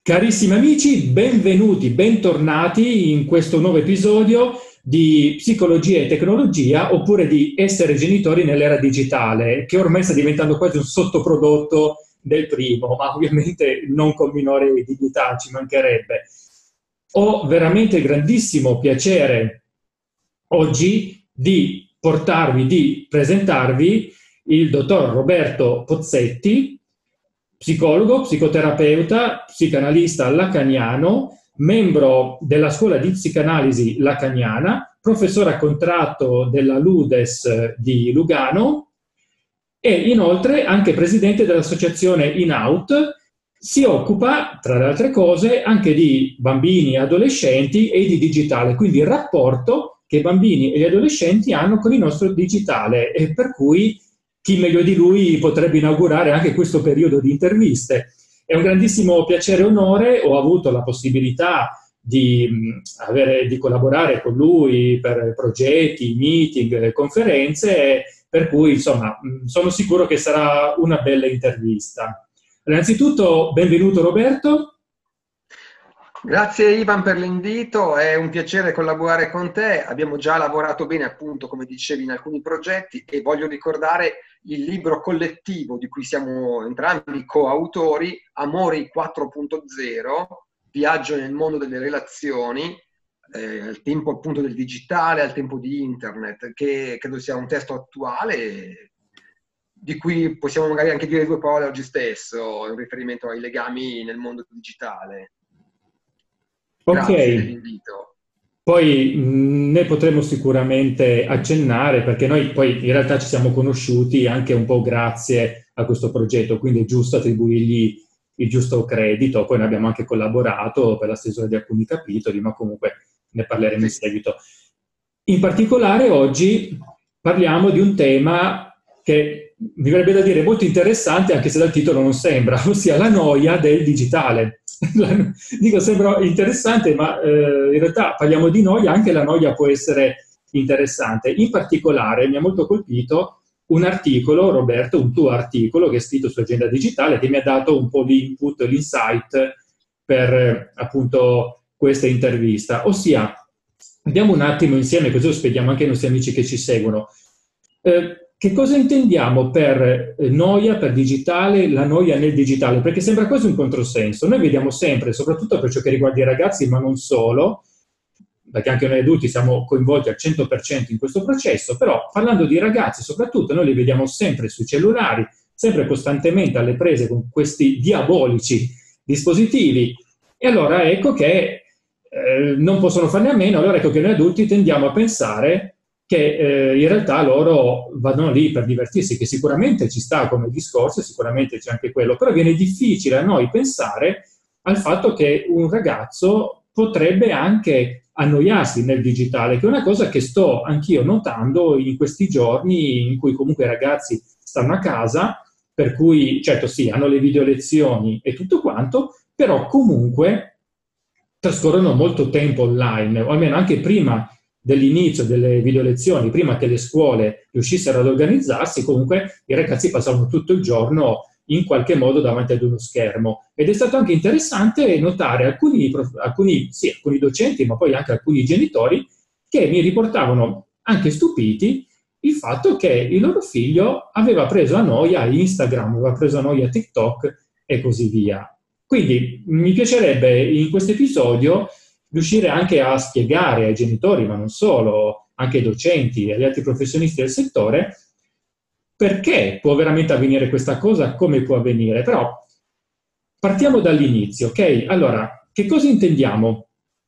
Carissimi amici, benvenuti, bentornati in questo nuovo episodio di Psicologia e Tecnologia, oppure di Essere genitori nell'era digitale, che ormai sta diventando quasi un sottoprodotto del primo, ma ovviamente non con minore dignità, ci mancherebbe. Ho veramente il grandissimo piacere oggi di presentarvi il dottor Roberto Pozzetti, psicologo, psicoterapeuta, psicanalista lacaniano, membro della scuola di psicanalisi lacaniana, professore a contratto della Ludes di Lugano e inoltre anche presidente dell'associazione In Out. Si occupa, tra le altre cose, anche di bambini e adolescenti e di digitale, quindi il rapporto che i bambini e gli adolescenti hanno con il nostro digitale, e per cui chi meglio di lui potrebbe inaugurare anche questo periodo di interviste. È un grandissimo piacere e onore, ho avuto la possibilità di collaborare con lui per progetti, meeting, conferenze, per cui insomma sono sicuro che sarà una bella intervista. Innanzitutto, benvenuto Roberto. Grazie Ivan per l'invito, è un piacere collaborare con te. Abbiamo già lavorato bene, appunto, come dicevi, in alcuni progetti e voglio ricordare il libro collettivo di cui siamo entrambi coautori, Amori 4.0, Viaggio nel mondo delle relazioni, al tempo appunto del digitale, al tempo di internet, che credo sia un testo attuale di cui possiamo magari anche dire due parole oggi stesso in riferimento ai legami nel mondo digitale. Ok, Grazie dell'invito. poi ne potremo sicuramente accennare, perché noi poi in realtà ci siamo conosciuti anche un po' grazie a questo progetto, quindi è giusto attribuirgli il giusto credito. Poi ne abbiamo anche collaborato per la stesura di alcuni capitoli, ma comunque ne parleremo in Sì. seguito. In particolare oggi parliamo di un tema che mi verrebbe da dire molto interessante, anche se dal titolo non sembra, ossia la noia del digitale. Dico, sembra interessante, ma in realtà parliamo di noia, anche la noia può essere interessante. In particolare mi ha molto colpito un articolo, Roberto, un tuo articolo che è scritto su Agenda Digitale, che mi ha dato un po' l'input, l'insight per appunto questa intervista. Ossia, andiamo un attimo insieme, così lo spieghiamo anche ai nostri amici che ci seguono. Che cosa intendiamo per noia, per digitale, la noia nel digitale? Perché sembra quasi un controsenso. Noi vediamo sempre, soprattutto per ciò che riguarda i ragazzi, ma non solo, perché anche noi adulti siamo coinvolti al 100% in questo processo, però parlando di ragazzi soprattutto, noi li vediamo sempre sui cellulari, sempre costantemente alle prese con questi diabolici dispositivi, e allora ecco che non possono farne a meno. Allora ecco che noi adulti tendiamo a pensare che in realtà loro vanno lì per divertirsi, che sicuramente ci sta come discorso, sicuramente c'è anche quello, però viene difficile a noi pensare al fatto che un ragazzo potrebbe anche annoiarsi nel digitale, che è una cosa che sto anch'io notando in questi giorni in cui comunque i ragazzi stanno a casa, per cui certo sì, hanno le video lezioni e tutto quanto, però comunque trascorrono molto tempo online, o almeno anche prima dell'inizio delle video lezioni, prima che le scuole riuscissero ad organizzarsi, comunque i ragazzi passavano tutto il giorno in qualche modo davanti ad uno schermo. Ed è stato anche interessante notare alcuni docenti, ma poi anche alcuni genitori, che mi riportavano anche stupiti il fatto che il loro figlio aveva preso a noia Instagram, aveva preso a noia TikTok e così via. Quindi mi piacerebbe in questo episodio riuscire anche a spiegare ai genitori, ma non solo, anche ai docenti e agli altri professionisti del settore, perché può veramente avvenire questa cosa, come può avvenire. Però partiamo dall'inizio, ok? Allora, che cosa intendiamo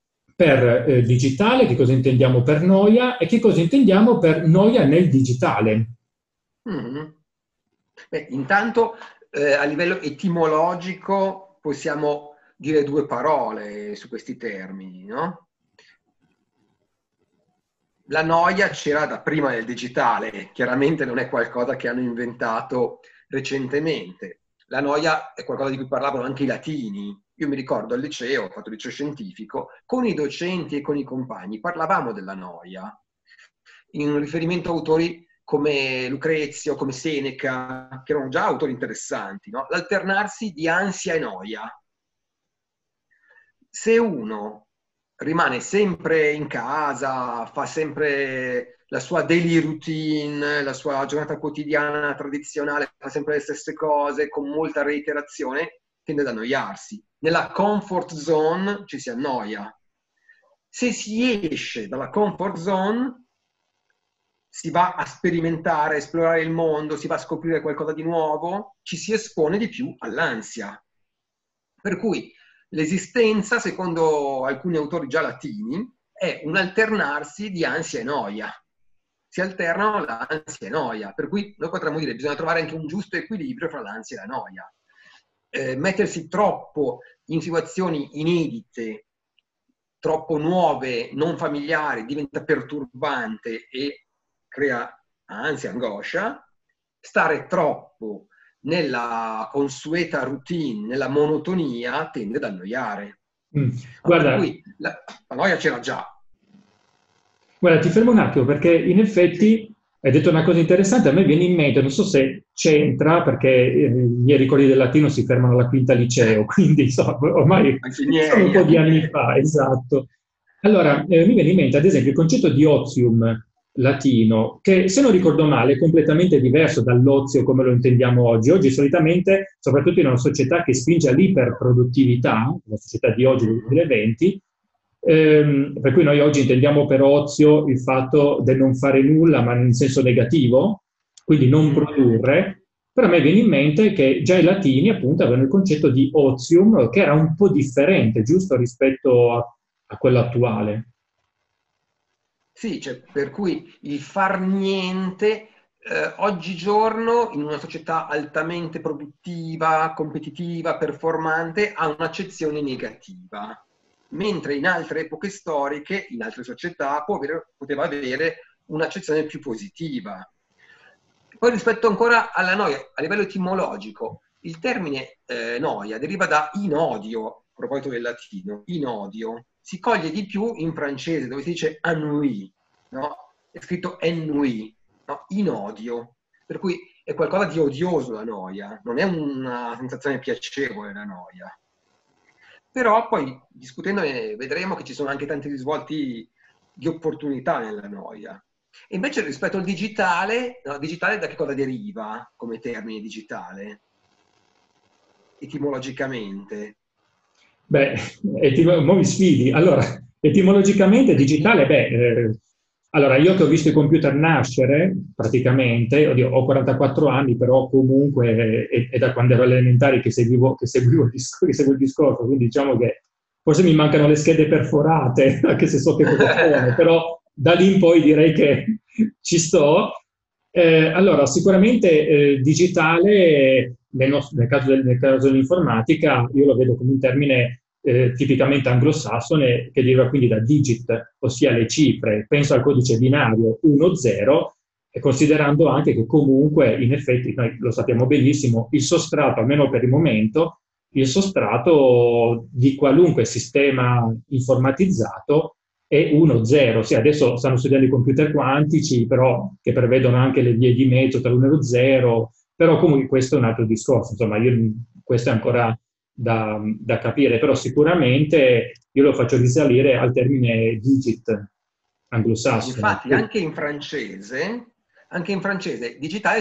per digitale, che cosa intendiamo per noia e che cosa intendiamo per noia nel digitale? Mm-hmm. Beh, intanto a livello etimologico possiamo dire due parole su questi termini, no? La noia c'era da prima del digitale, chiaramente non è qualcosa che hanno inventato recentemente. La noia è qualcosa di cui parlavano anche i latini. Io mi ricordo al liceo, ho fatto il liceo scientifico, con i docenti e con i compagni parlavamo della noia, in riferimento a autori come Lucrezio, come Seneca, che erano già autori interessanti, no? L'alternarsi di ansia e noia. se uno rimane sempre in casa, fa sempre la sua daily routine, la sua giornata quotidiana tradizionale, fa sempre le stesse cose con molta reiterazione, tende ad annoiarsi. Nella comfort zone ci si annoia. Se si esce dalla comfort zone, si va a sperimentare, a esplorare il mondo, si va a scoprire qualcosa di nuovo, ci si espone di più all'ansia. Per cui l'esistenza, secondo alcuni autori già latini, è un alternarsi di ansia e noia. Si alternano l'ansia e noia, per cui noi potremmo dire che bisogna trovare anche un giusto equilibrio fra l'ansia e la noia. Mettersi troppo in situazioni inedite, troppo nuove, non familiari, diventa perturbante e crea ansia, angoscia. Stare troppo nella consueta routine, nella monotonia, tende ad annoiare. Guarda, per cui la noia c'era già. Guarda, ti fermo un attimo perché in effetti hai detto una cosa interessante, a me viene in mente, non so se c'entra perché i miei ricordi del latino si fermano alla quinta liceo, quindi insomma, ormai sono un po' di anni fa, esatto. Allora, mi viene in mente ad esempio il concetto di otium latino, che se non ricordo male è completamente diverso dall'ozio come lo intendiamo oggi. Oggi solitamente, soprattutto in una società che spinge all'iperproduttività, la società di oggi del 2020, per cui noi oggi intendiamo per ozio il fatto del non fare nulla, ma in senso negativo, quindi non produrre, però a me viene in mente che già i latini appunto avevano il concetto di otium, che era un po' differente, giusto, rispetto a quello attuale. Sì, cioè, per cui il far niente oggigiorno in una società altamente produttiva, competitiva, performante, ha un'accezione negativa, mentre in altre epoche storiche, in altre società, poteva avere un'accezione più positiva. Poi rispetto ancora alla noia, a livello etimologico, il termine noia deriva da inodio, a proposito del latino, inodio. Si coglie di più in francese, dove si dice ennui, no? È scritto ennui, no? Inodio. Per cui è qualcosa di odioso la noia, non è una sensazione piacevole la noia. Però poi, discutendone, vedremo che ci sono anche tanti risvolti di opportunità nella noia. E invece rispetto al digitale, no, digitale da che cosa deriva come termine digitale? Etimologicamente. Beh, mo mi sfidi. Allora, etimologicamente digitale, allora io che ho visto i computer nascere, praticamente, oddio, ho 44 anni, però comunque è da quando ero elementare che seguivo il discorso, quindi diciamo che forse mi mancano le schede perforate, anche se so che cosa sono, però da lì in poi direi che ci sto. Allora, sicuramente digitale, nel caso dell'informatica, io lo vedo come un termine tipicamente anglosassone che deriva quindi da digit, ossia le cifre. Penso al codice binario 1-0, e considerando anche che comunque, in effetti, noi lo sappiamo benissimo, il sostrato, almeno per il momento, il sostrato di qualunque sistema informatizzato è 1-0. Sì, adesso stanno studiando i computer quantici, però che prevedono anche le vie di mezzo tra l'1 e lo 0, però comunque questo è un altro discorso, insomma, questo è ancora da capire, però sicuramente io lo faccio risalire al termine digit anglosassone. Infatti anche in francese digitale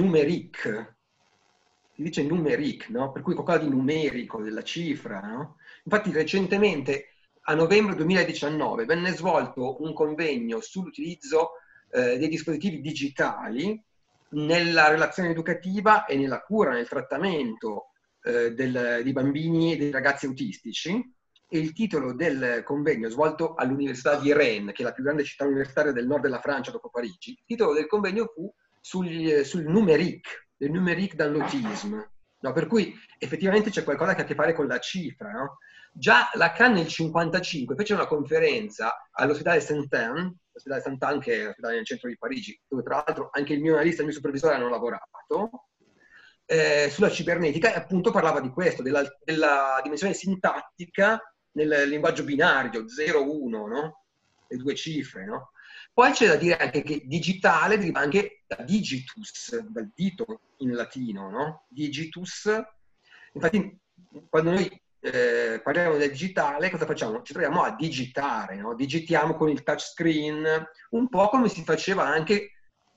si dice numérique, no? Per cui qualcosa di numerico, della cifra, no? Infatti recentemente, a novembre 2019, venne svolto un convegno sull'utilizzo dei dispositivi digitali nella relazione educativa e nella cura, nel trattamento di bambini e dei ragazzi autistici, e il titolo del convegno svolto all'Università di Rennes, che è la più grande città universitaria del nord della Francia dopo Parigi, il titolo del convegno fu sul numérique, del numérique dans l'autisme. No, per cui effettivamente c'è qualcosa che ha a che fare con la cifra. No? Già Lacan nel 1955 fece una conferenza all'ospedale Saint-Anne, l'ospedale Saint-Anne che è l'ospedale nel centro di Parigi, dove tra l'altro anche il mio analista e il mio supervisore hanno lavorato, sulla cibernetica, e appunto parlava di questo, della dimensione sintattica nel linguaggio binario, 0-1, no? Le due cifre, no? Poi c'è da dire anche che digitale deriva anche da digitus, dal dito in latino, no? Digitus. Infatti, quando noi parliamo del digitale, cosa facciamo? Ci troviamo a digitare, no? Digitiamo con il touchscreen, un po' come si faceva anche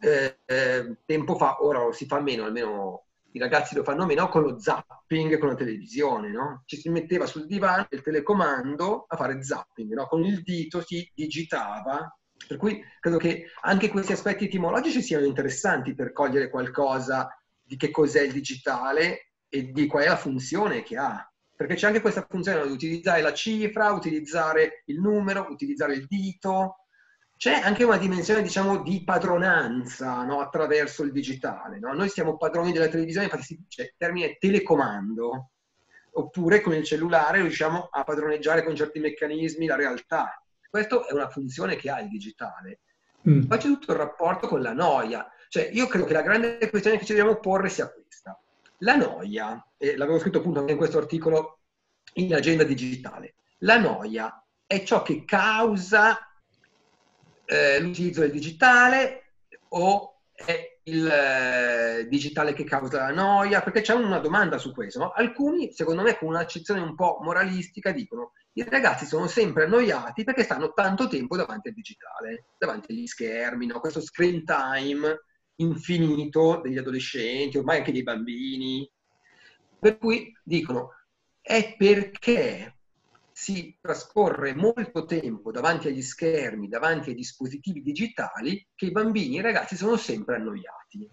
tempo fa, ora lo si fa meno, almeno i ragazzi lo fanno meno, con lo zapping con la televisione, no? Ci si metteva sul divano il telecomando a fare zapping, no? Con il dito si digitava. Per cui credo che anche questi aspetti etimologici siano interessanti per cogliere qualcosa di che cos'è il digitale e di qual è la funzione che ha. Perché c'è anche questa funzione di utilizzare la cifra, utilizzare il numero, utilizzare il dito. C'è anche una dimensione, diciamo, di padronanza, no? Attraverso il digitale, no? Noi siamo padroni della televisione, infatti c'è il termine telecomando, oppure con il cellulare riusciamo a padroneggiare con certi meccanismi la realtà. Questa è una funzione che ha il digitale. Poi c'è tutto il rapporto con la noia. Cioè, io credo che la grande questione che ci dobbiamo porre sia questa. La noia, e l'avevo scritto appunto anche in questo articolo in Agenda Digitale, la noia è ciò che causa l'utilizzo del digitale o è il digitale che causa la noia? Perché c'è una domanda su questo, no? Alcuni, secondo me, con un'accezione un po' moralistica, dicono i ragazzi sono sempre annoiati perché stanno tanto tempo davanti al digitale, davanti agli schermi, no? Questo screen time infinito degli adolescenti, ormai anche dei bambini. Per cui dicono, è perché si trascorre molto tempo davanti agli schermi, davanti ai dispositivi digitali, che i bambini e i ragazzi sono sempre annoiati.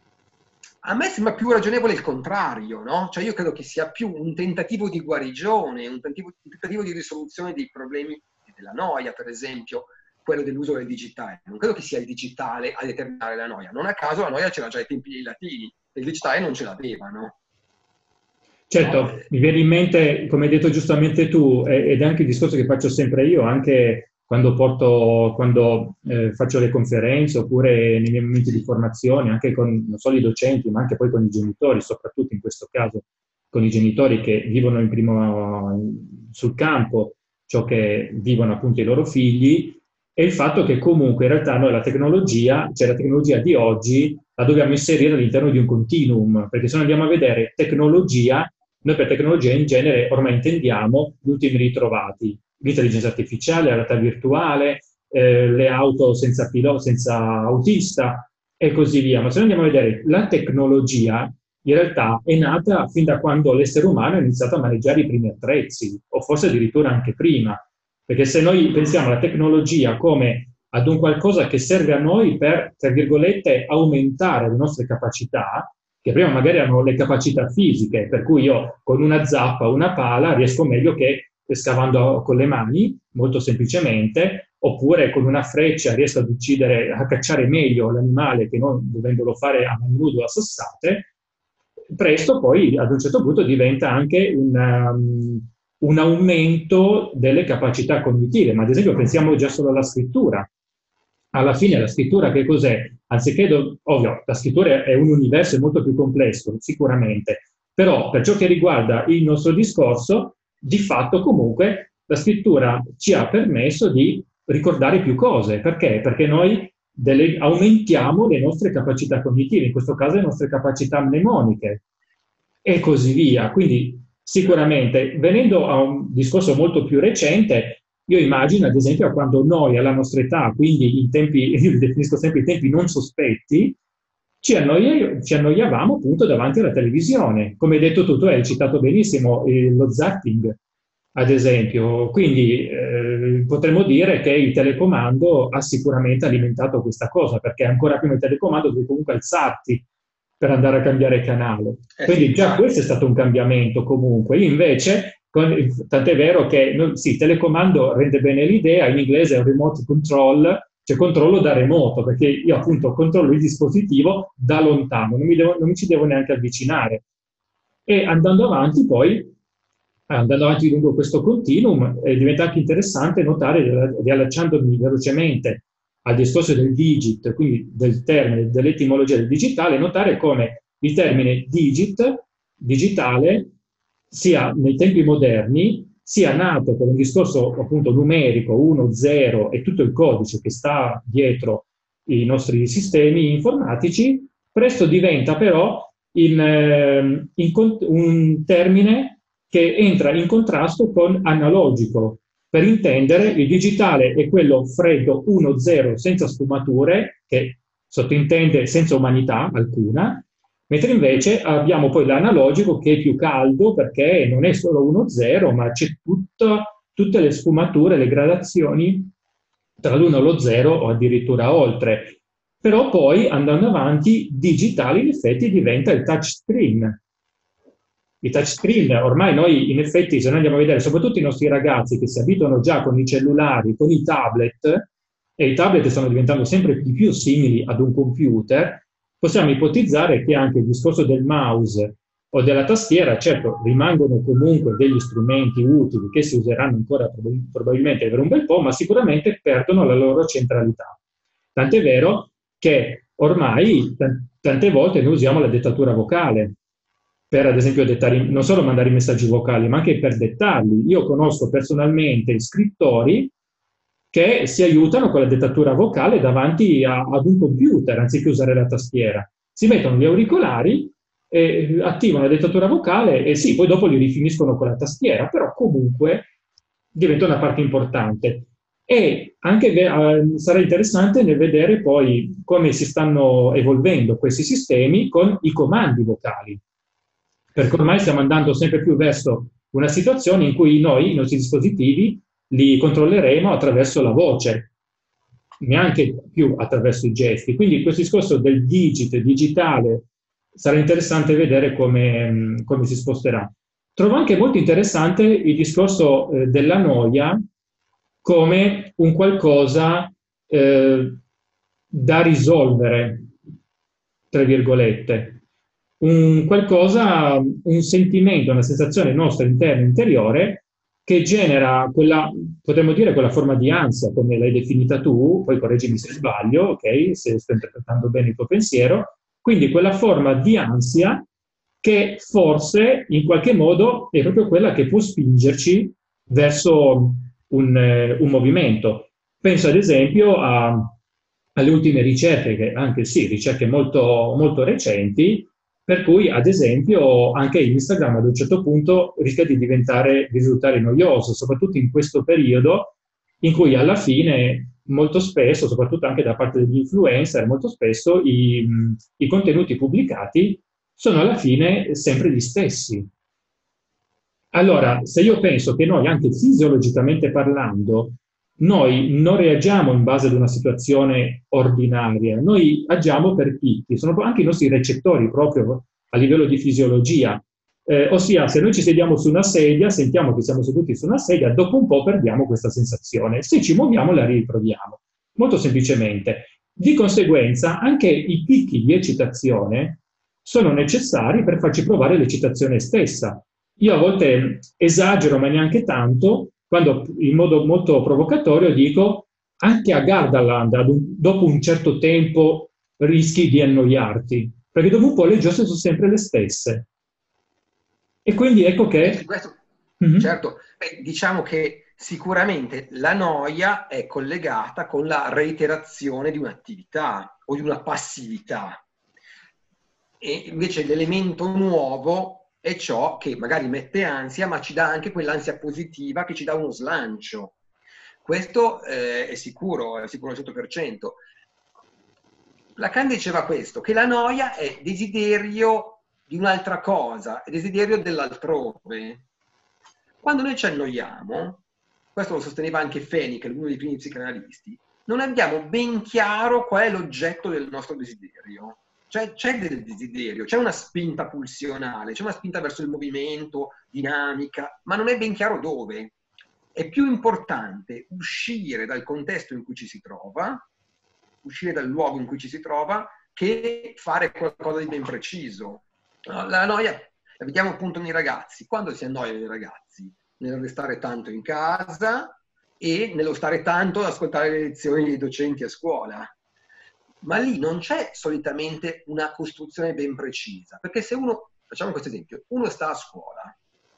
A me sembra più ragionevole il contrario, no? Cioè io credo che sia più un tentativo di guarigione, un tentativo di risoluzione dei problemi della noia, per esempio, quello dell'uso del digitale. Non credo che sia il digitale a determinare la noia. Non a caso la noia c'era già ai tempi dei latini, e il digitale non ce l'aveva, no? Certo, mi viene in mente, come hai detto giustamente tu, ed è anche il discorso che faccio sempre io, anche quando faccio le conferenze oppure nei miei momenti di formazione, anche con non solo i docenti, ma anche poi con i genitori, soprattutto in questo caso con i genitori che vivono sul campo ciò che vivono appunto i loro figli, e il fatto che comunque in realtà noi la tecnologia di oggi la dobbiamo inserire all'interno di un continuum, perché se noi andiamo a vedere tecnologia, noi per tecnologia in genere ormai intendiamo gli ultimi ritrovati, l'intelligenza artificiale, la realtà virtuale, le auto senza pilota, senza autista e così via. Ma se noi andiamo a vedere la tecnologia, in realtà è nata fin da quando l'essere umano ha iniziato a maneggiare i primi attrezzi, o forse addirittura anche prima. Perché se noi pensiamo alla tecnologia come ad un qualcosa che serve a noi per, tra virgolette, aumentare le nostre capacità, che prima magari erano le capacità fisiche, per cui io con una zappa o una pala riesco meglio che scavando con le mani, molto semplicemente, oppure con una freccia riesco ad uccidere, a cacciare meglio l'animale che non dovendolo fare a mani nude o a sassate. Presto poi ad un certo punto diventa anche un aumento delle capacità cognitive, ma ad esempio pensiamo già solo alla scrittura. Alla fine la scrittura che cos'è? Anziché, ovvio, la scrittura è un universo molto più complesso, sicuramente, però per ciò che riguarda il nostro discorso, di fatto comunque la scrittura ci ha permesso di ricordare più cose. Perché? Perché noi aumentiamo le nostre capacità cognitive, in questo caso le nostre capacità mnemoniche e così via. Quindi sicuramente, venendo a un discorso molto più recente, io immagino ad esempio a quando noi alla nostra età, quindi in tempi, io li definisco sempre i tempi non sospetti, ci annoiavamo appunto davanti alla televisione. Come hai detto tu hai citato benissimo lo zapping, ad esempio. Quindi potremmo dire che il telecomando ha sicuramente alimentato questa cosa, perché ancora prima il telecomando devi comunque alzarti per andare a cambiare canale. Quindi già questo è stato un cambiamento comunque. Io invece, tant'è vero che sì, telecomando rende bene l'idea, in inglese è un remote control, cioè controllo da remoto, perché io appunto controllo il dispositivo da lontano, non mi ci devo neanche avvicinare. E andando avanti lungo questo continuum, diventa anche interessante notare, riallacciandomi velocemente al discorso del digit, quindi del termine, dell'etimologia del digitale, notare come il termine digitale, sia nei tempi moderni, sia nato per un discorso appunto numerico, 1, 0 e tutto il codice che sta dietro i nostri sistemi informatici, presto diventa però un termine che entra in contrasto con analogico. Per intendere, il digitale è quello freddo 1-0 senza sfumature, che sottintende senza umanità alcuna, mentre invece abbiamo poi l'analogico che è più caldo perché non è solo 1-0, ma c'è tutte le sfumature, le gradazioni tra l'1 e lo 0 o addirittura oltre. Però poi, andando avanti, digitale in effetti diventa il touchscreen. I touchscreen, ormai noi in effetti, se noi andiamo a vedere, soprattutto i nostri ragazzi che si abituano già con i cellulari, con i tablet, e i tablet stanno diventando sempre di più simili ad un computer, possiamo ipotizzare che anche il discorso del mouse o della tastiera, certo, rimangono comunque degli strumenti utili che si useranno ancora probabilmente per un bel po', ma sicuramente perdono la loro centralità. Tant'è vero che ormai tante volte noi usiamo la dettatura vocale per, ad esempio, dettare, non solo mandare i messaggi vocali, ma anche per dettarli. Io conosco personalmente scrittori che si aiutano con la dettatura vocale davanti ad un computer, anziché usare la tastiera. Si mettono gli auricolari, attivano la dettatura vocale e sì, poi dopo li rifiniscono con la tastiera, però comunque diventa una parte importante. E anche sarà interessante nel vedere poi come si stanno evolvendo questi sistemi con i comandi vocali, perché ormai stiamo andando sempre più verso una situazione in cui noi, i nostri dispositivi, li controlleremo attraverso la voce, neanche più attraverso i gesti. Quindi questo discorso del digitale, sarà interessante vedere come si sposterà. Trovo anche molto interessante il discorso della noia come un qualcosa da risolvere, tra virgolette, un qualcosa, un sentimento, una sensazione nostra interna, interiore, che genera quella, potremmo dire, quella forma di ansia, come l'hai definita tu, poi correggimi se sbaglio, ok, se sto interpretando bene il tuo pensiero, quindi quella forma di ansia che forse in qualche modo è proprio quella che può spingerci verso un movimento. Penso ad esempio alle ultime ricerche, che anche sì, ricerche molto, molto recenti, per cui ad esempio anche Instagram ad un certo punto rischia di risultare noioso, soprattutto in questo periodo in cui alla fine molto spesso, soprattutto anche da parte degli influencer, molto spesso i contenuti pubblicati sono alla fine sempre gli stessi. Allora, se io penso che noi, anche fisiologicamente parlando, noi non reagiamo in base ad una situazione ordinaria, noi agiamo per picchi, sono anche i nostri recettori proprio a livello di fisiologia. Ossia, se noi ci sediamo su una sedia, sentiamo che siamo seduti su una sedia, dopo un po' perdiamo questa sensazione. Se ci muoviamo la ritroviamo, molto semplicemente. Di conseguenza, anche i picchi di eccitazione sono necessari per farci provare l'eccitazione stessa. Io a volte esagero, ma neanche tanto, quando in modo molto provocatorio dico anche a Gardaland, dopo un certo tempo rischi di annoiarti, perché dopo un po' le giostre sono sempre le stesse. E quindi ecco che... Questo, certo, diciamo che sicuramente la noia è collegata con la reiterazione di un'attività o di una passività. E invece l'elemento nuovo è ciò che magari mette ansia, ma ci dà anche quell'ansia positiva che ci dà uno slancio. Questo è sicuro al 100%. Lacan diceva questo, che la noia è desiderio di un'altra cosa, è desiderio dell'altrove. Quando noi ci annoiamo, questo lo sosteneva anche Fenichel, uno dei primi psicanalisti, non abbiamo ben chiaro qual è l'oggetto del nostro desiderio. Cioè c'è del desiderio, c'è una spinta pulsionale, c'è una spinta verso il movimento, dinamica, ma non è ben chiaro dove. È più importante uscire dal contesto in cui ci si trova, uscire dal luogo in cui ci si trova, che fare qualcosa di ben preciso. La noia la vediamo appunto nei ragazzi. Quando si annoiano i ragazzi? Nel restare tanto in casa e nello stare tanto ad ascoltare le lezioni dei docenti a scuola. Ma lì non c'è solitamente una costruzione ben precisa, perché se uno, facciamo questo esempio, uno sta a scuola,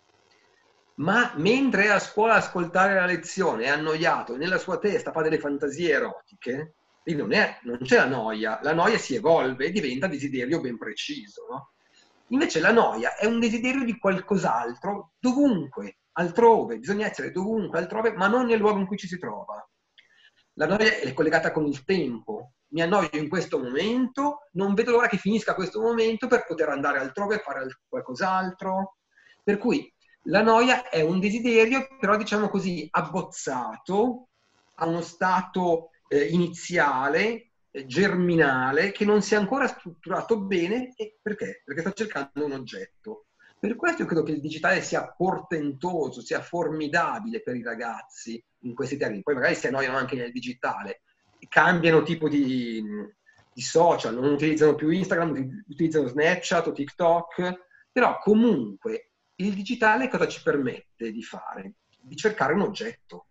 ma mentre è a scuola a ascoltare la lezione è annoiato, nella sua testa fa delle fantasie erotiche, lì non c'è la noia si evolve e diventa desiderio ben preciso, no? Invece la noia è un desiderio di qualcos'altro dovunque, altrove, bisogna essere dovunque, altrove, ma non nel luogo in cui ci si trova. La noia è collegata con il tempo. Mi annoio in questo momento, non vedo l'ora che finisca questo momento per poter andare altrove e fare qualcos'altro. Per cui la noia è un desiderio, però diciamo così, abbozzato a uno stato iniziale, germinale, che non si è ancora strutturato bene. E perché? Perché sta cercando un oggetto. Per questo io credo che il digitale sia portentoso, sia formidabile per i ragazzi in questi termini. Poi magari si annoiano anche nel digitale, cambiano tipo di social, non utilizzano più Instagram, utilizzano Snapchat o TikTok, però comunque il digitale cosa ci permette di fare? Di cercare un oggetto.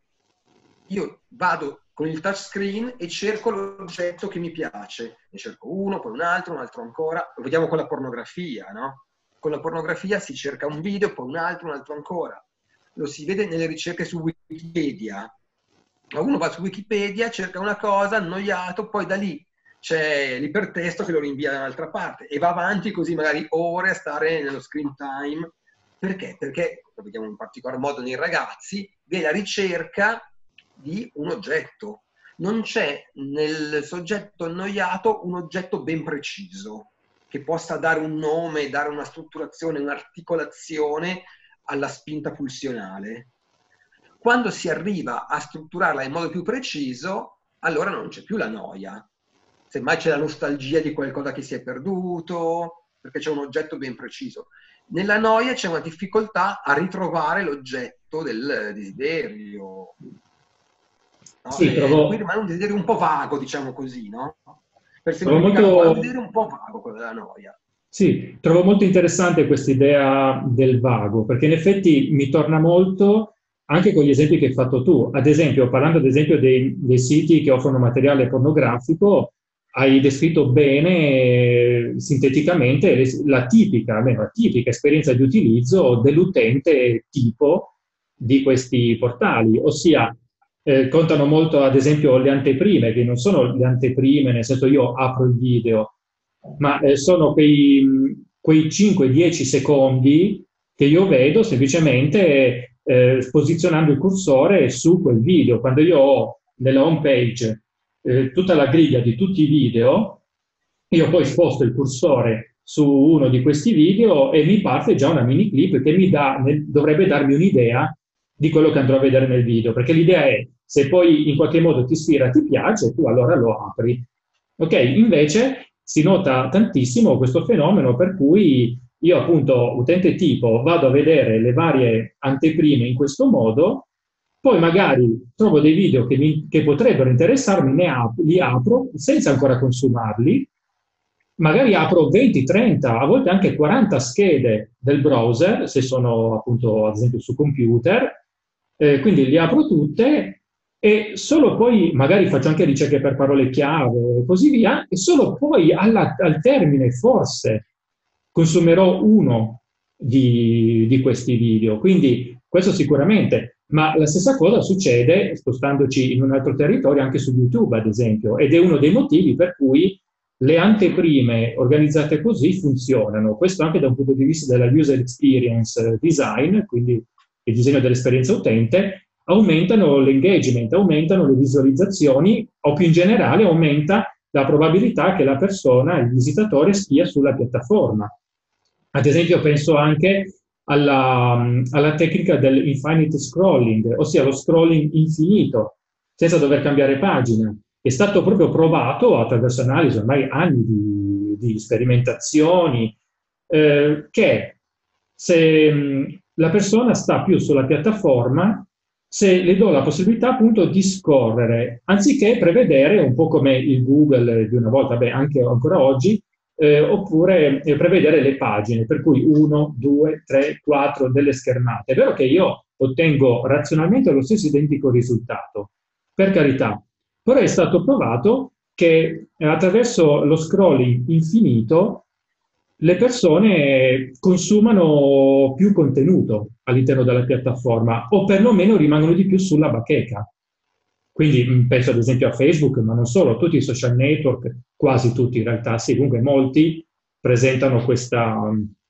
Io vado con il touchscreen e cerco l'oggetto che mi piace. Ne cerco uno, poi un altro ancora. Lo vediamo con la pornografia, no? Con la pornografia si cerca un video, poi un altro ancora. Lo si vede nelle ricerche su Wikipedia. Uno va su Wikipedia, cerca una cosa, annoiato, poi da lì c'è l'ipertesto che lo rinvia da un'altra parte e va avanti così magari ore a stare nello screen time. Perché? Perché, lo vediamo in particolar modo nei ragazzi, vi è la ricerca di un oggetto. Non c'è nel soggetto annoiato un oggetto ben preciso che possa dare un nome, dare una strutturazione, un'articolazione alla spinta pulsionale. Quando si arriva a strutturarla in modo più preciso, allora non c'è più la noia. Semmai c'è la nostalgia di qualcosa che si è perduto, perché c'è un oggetto ben preciso. Nella noia c'è una difficoltà a ritrovare l'oggetto del desiderio. No? Sì, Qui rimane un desiderio un po' vago, diciamo così, no? Per trovo semplificare un po', è un molto, desiderio un po' vago quello della noia. sì, trovo molto interessante questa idea del vago, perché in effetti mi torna molto anche con gli esempi che hai fatto tu. Ad esempio, parlando ad esempio dei siti che offrono materiale pornografico, hai descritto bene, sinteticamente, la tipica, almeno la tipica esperienza di utilizzo dell'utente tipo di questi portali, ossia contano molto ad esempio le anteprime, che non sono le anteprime, nel senso io apro il video, ma sono quei 5-10 secondi che io vedo semplicemente posizionando il cursore su quel video. Quando io ho nella home page tutta la griglia di tutti i video, io poi sposto il cursore su uno di questi video e mi parte già una mini clip che dovrebbe darmi un'idea di quello che andrò a vedere nel video, perché l'idea è, se poi in qualche modo ti ispira, ti piace, tu allora lo apri. Ok? Invece si nota tantissimo questo fenomeno per cui io appunto, utente tipo, vado a vedere le varie anteprime in questo modo, poi magari trovo dei video che potrebbero interessarmi, li apro senza ancora consumarli, magari apro 20, 30, a volte anche 40 schede del browser, se sono appunto ad esempio su computer, quindi li apro tutte e solo poi magari faccio anche ricerche per parole chiave e così via, e solo poi al termine forse consumerò uno di questi video. Quindi questo sicuramente, ma la stessa cosa succede, spostandoci in un altro territorio, anche su YouTube ad esempio, ed è uno dei motivi per cui le anteprime organizzate così funzionano. Questo anche da un punto di vista della user experience design, quindi il disegno dell'esperienza utente, aumentano l'engagement, aumentano le visualizzazioni o più in generale aumenta la probabilità che la persona, il visitatore, stia sulla piattaforma. Ad esempio penso anche alla tecnica dell'infinite scrolling, ossia lo scrolling infinito, senza dover cambiare pagina. È stato proprio provato attraverso analisi, ormai anni di sperimentazioni, che se la persona sta più sulla piattaforma, se le do la possibilità appunto di scorrere, anziché prevedere un po' come il Google di una volta, beh, anche ancora oggi, oppure prevedere le pagine, per cui 1, 2, 3, 4 delle schermate. È vero che io ottengo razionalmente lo stesso identico risultato, per carità, però è stato provato che attraverso lo scrolling infinito le persone consumano più contenuto all'interno della piattaforma o perlomeno rimangono di più sulla bacheca. Quindi penso ad esempio a Facebook, ma non solo, tutti i social network, quasi tutti in realtà, sì, comunque molti presentano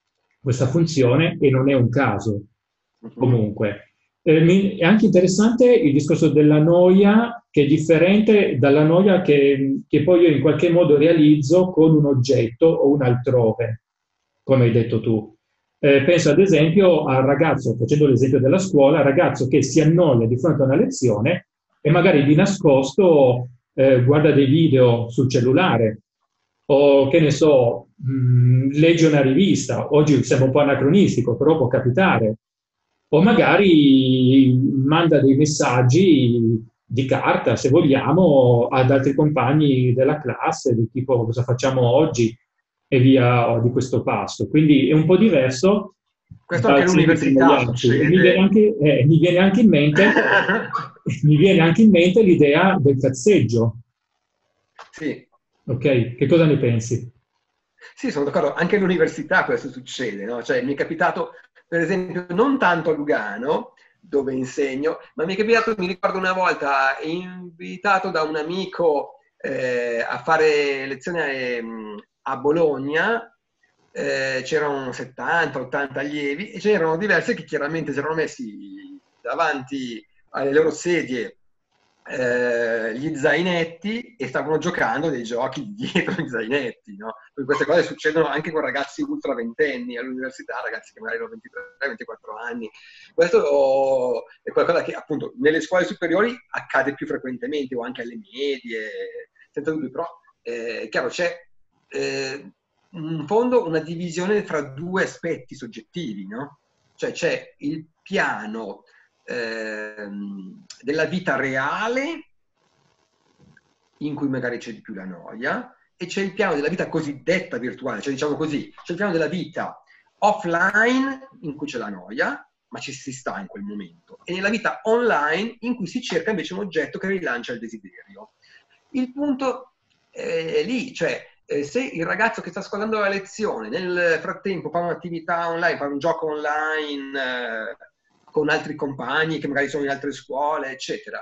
questa funzione e non è un caso. Mhm. Comunque, è anche interessante il discorso della noia, che è differente dalla noia che poi io in qualche modo realizzo con un oggetto o un altrove, come hai detto tu. Penso ad esempio al ragazzo, facendo l'esempio della scuola, al ragazzo che si annoia di fronte a una lezione e magari di nascosto guarda dei video sul cellulare o che ne so, legge una rivista. Oggi siamo un po' anacronistico, però può capitare. O magari manda dei messaggi di carta, se vogliamo, ad altri compagni della classe, di tipo cosa facciamo oggi e via di questo passo. Quindi è un po' diverso Questo anche dal sentirsi all'università annoiati. E succede. mi viene anche in mente, mi viene anche in mente l'idea del cazzeggio. Sì, Ok? Che cosa ne pensi? sì, sono d'accordo, anche all'università questo succede, no? Cioè, mi è capitato, per esempio, non tanto a Lugano, dove insegno, ma mi è capitato, mi ricordo una volta, invitato da un amico a fare lezione a Bologna, c'erano 70-80 allievi e c'erano diversi che chiaramente si erano messi davanti alle loro sedie gli zainetti e stavano giocando dei giochi dietro gli zainetti, no? Quindi queste cose succedono anche con ragazzi ultra ventenni all'università, ragazzi che magari hanno 23-24 anni. Questo è qualcosa che appunto nelle scuole superiori accade più frequentemente o anche alle medie, senza dubbio, però è chiaro, c'è in fondo una divisione fra due aspetti soggettivi, no? Cioè c'è il piano della vita reale in cui magari c'è di più la noia e c'è il piano della vita cosiddetta virtuale, cioè diciamo così, c'è il piano della vita offline in cui c'è la noia, ma ci si sta in quel momento, e nella vita online in cui si cerca invece un oggetto che rilancia il desiderio. Il punto è lì, cioè se il ragazzo che sta ascoltando la lezione nel frattempo fa un'attività online, fa un gioco online con altri compagni che magari sono in altre scuole, eccetera,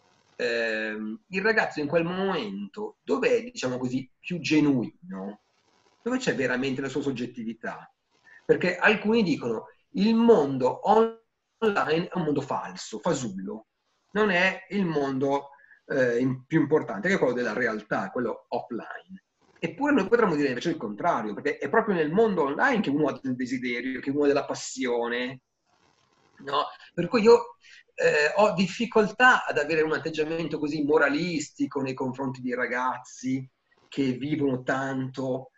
il ragazzo in quel momento dov'è, diciamo così, più genuino? Dove c'è veramente la sua soggettività? Perché alcuni dicono il mondo online è un mondo falso, fasullo, non è il mondo più importante, che è quello della realtà, quello offline. Eppure noi potremmo dire invece il contrario, perché è proprio nel mondo online che uno ha del desiderio, che uno ha della passione, no? Per cui io ho difficoltà ad avere un atteggiamento così moralistico nei confronti dei ragazzi che vivono tanto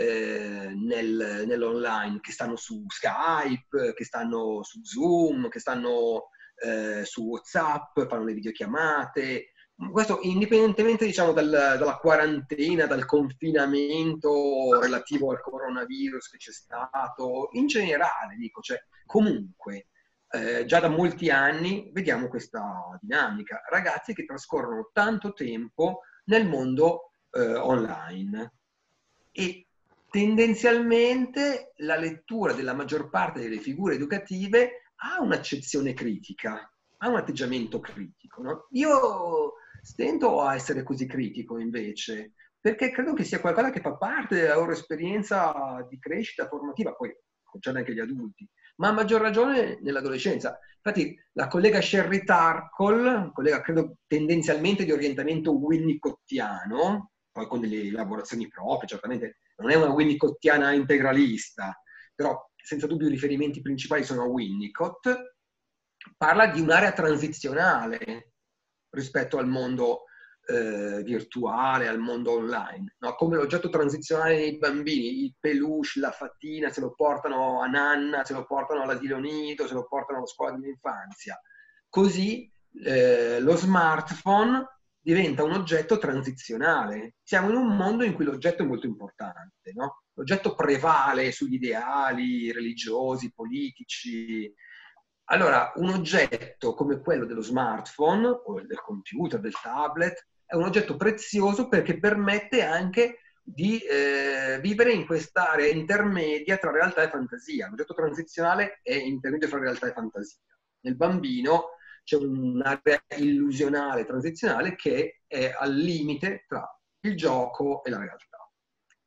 nell'online, che stanno su Skype, che stanno su Zoom, che stanno su WhatsApp, fanno le videochiamate. Questo indipendentemente, diciamo, dalla quarantena, dal confinamento relativo al coronavirus che c'è stato, in generale, dico, cioè, comunque, già da molti anni vediamo questa dinamica. Ragazzi che trascorrono tanto tempo nel mondo online e tendenzialmente la lettura della maggior parte delle figure educative ha un'accezione critica, ha un atteggiamento critico. No? Io stento a essere così critico invece, perché credo che sia qualcosa che fa parte della loro esperienza di crescita formativa, poi concerne anche gli adulti, ma a maggior ragione nell'adolescenza. Infatti la collega Sherry Tarkle, collega credo tendenzialmente di orientamento winnicottiano, poi con delle elaborazioni proprie, certamente non è una winnicottiana integralista, però senza dubbio i riferimenti principali sono a Winnicott, parla di un'area transizionale rispetto al mondo virtuale, al mondo online, no? Come l'oggetto transizionale dei bambini, il peluche, la fatina, se lo portano a nanna, se lo portano all'asilo nido, se lo portano alla scuola dell'infanzia. Così lo smartphone diventa un oggetto transizionale. Siamo in un mondo in cui l'oggetto è molto importante, no? L'oggetto prevale sugli ideali religiosi, politici. Allora, un oggetto come quello dello smartphone o del computer, del tablet, è un oggetto prezioso perché permette anche di vivere in quest'area intermedia tra realtà e fantasia. L'oggetto transizionale è intermedio tra realtà e fantasia. Nel bambino c'è un'area illusionale transizionale che è al limite tra il gioco e la realtà.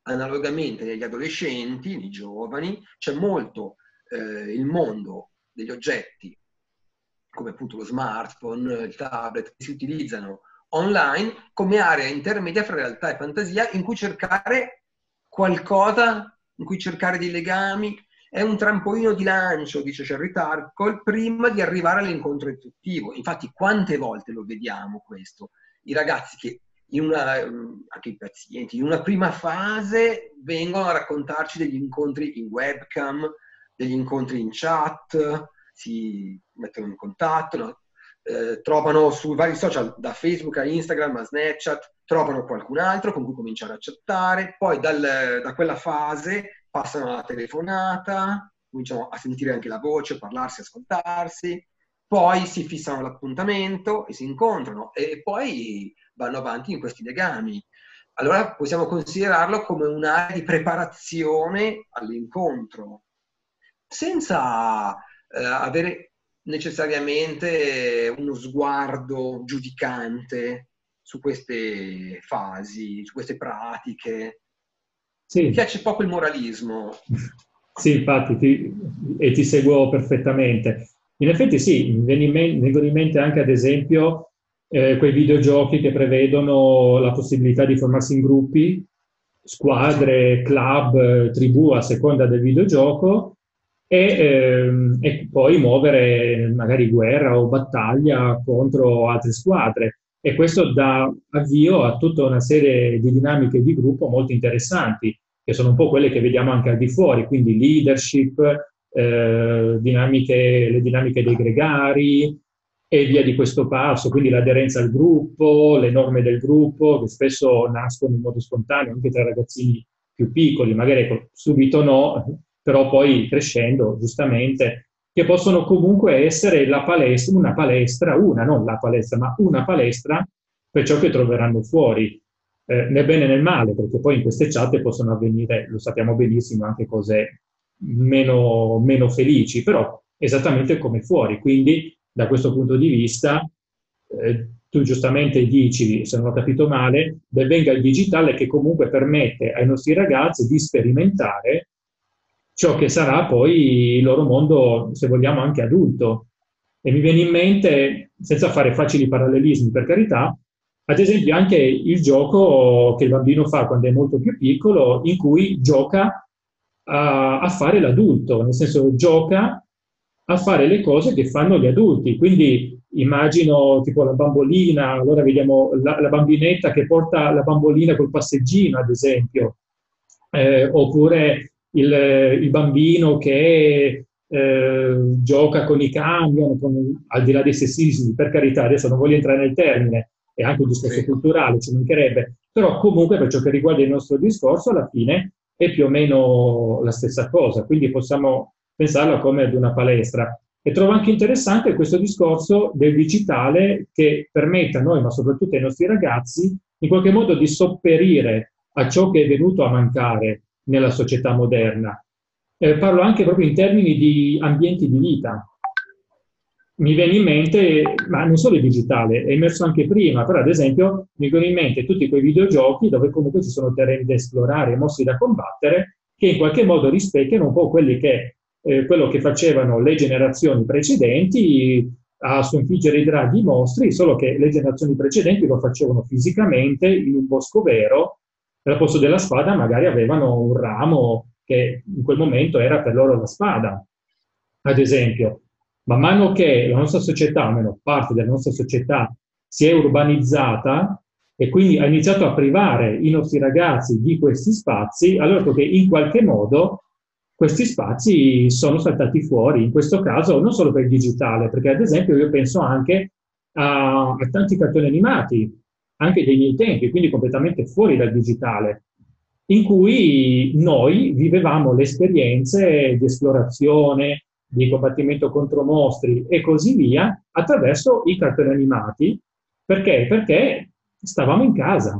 analogamente negli adolescenti, nei giovani, c'è molto il mondo degli oggetti, come appunto lo smartphone, il tablet, che si utilizzano online come area intermedia fra realtà e fantasia, in cui cercare qualcosa, in cui cercare dei legami. È un trampolino di lancio, dice Sherry Turkle, prima di arrivare all'incontro effettivo. Infatti, quante volte lo vediamo questo? I ragazzi che, anche i pazienti, in una prima fase vengono a raccontarci degli incontri in webcam, degli incontri in chat, si mettono in contatto, no? Trovano su vari social, da Facebook a Instagram a Snapchat, trovano qualcun altro con cui cominciare a chattare, poi da quella fase passano alla telefonata, cominciano a sentire anche la voce, parlarsi, ascoltarsi, poi si fissano l'appuntamento e si incontrano e poi vanno avanti in questi legami. Allora possiamo considerarlo come un'area di preparazione all'incontro, senza avere necessariamente uno sguardo giudicante su queste fasi, su queste pratiche. Sì. Mi piace poco il moralismo. Sì, infatti, ti seguo perfettamente. In effetti sì, mi vengono in mente anche ad esempio quei videogiochi che prevedono la possibilità di formarsi in gruppi, squadre, club, tribù a seconda del videogioco e poi muovere magari guerra o battaglia contro altre squadre. E questo dà avvio a tutta una serie di dinamiche di gruppo molto interessanti, che sono un po' quelle che vediamo anche al di fuori, quindi leadership, le dinamiche dei gregari e via di questo passo, quindi l'aderenza al gruppo, le norme del gruppo, che spesso nascono in modo spontaneo anche tra ragazzini più piccoli, magari subito no, però poi crescendo, giustamente, che possono comunque essere non la palestra, ma una palestra per ciò che troveranno fuori, nel bene e nel male, perché poi in queste chat possono avvenire, lo sappiamo benissimo, anche cose meno felici, però esattamente come fuori. Quindi, da questo punto di vista, tu giustamente dici, se non ho capito male, ben venga il digitale che comunque permette ai nostri ragazzi di sperimentare ciò che sarà poi il loro mondo, se vogliamo, anche adulto. E mi viene in mente, senza fare facili parallelismi, per carità, ad esempio anche il gioco che il bambino fa quando è molto più piccolo, in cui gioca a fare l'adulto, nel senso gioca a fare le cose che fanno gli adulti. Quindi immagino tipo la bambolina, allora vediamo la bambinetta che porta la bambolina col passeggino, ad esempio, oppure il bambino che gioca con i camion, al di là dei sessismi, per carità, adesso non voglio entrare nel termine, è anche un discorso culturale, ci mancherebbe, però comunque per ciò che riguarda il nostro discorso, alla fine è più o meno la stessa cosa, quindi possiamo pensarla come ad una palestra. E trovo anche interessante questo discorso del digitale che permette a noi, ma soprattutto ai nostri ragazzi, in qualche modo di sopperire a ciò che è venuto a mancare nella società moderna. Parlo anche proprio in termini di ambienti di vita. Mi viene in mente, ma non solo il digitale, è emerso anche prima, però ad esempio mi vengono in mente tutti quei videogiochi dove comunque ci sono terreni da esplorare, mostri da combattere, che in qualche modo rispecchiano un po' quello che facevano le generazioni precedenti a sconfiggere i draghi mostri, solo che le generazioni precedenti lo facevano fisicamente in un bosco vero, e al posto della spada magari avevano un ramo che in quel momento era per loro la spada, ad esempio. Man mano che la nostra società, almeno parte della nostra società, si è urbanizzata e quindi ha iniziato a privare i nostri ragazzi di questi spazi, allora che in qualche modo questi spazi sono saltati fuori, in questo caso non solo per il digitale, perché ad esempio io penso anche a tanti cartoni animati, anche dei miei tempi, quindi completamente fuori dal digitale, in cui noi vivevamo le esperienze di esplorazione, di combattimento contro mostri e così via, attraverso i cartoni animati. Perché? Perché stavamo in casa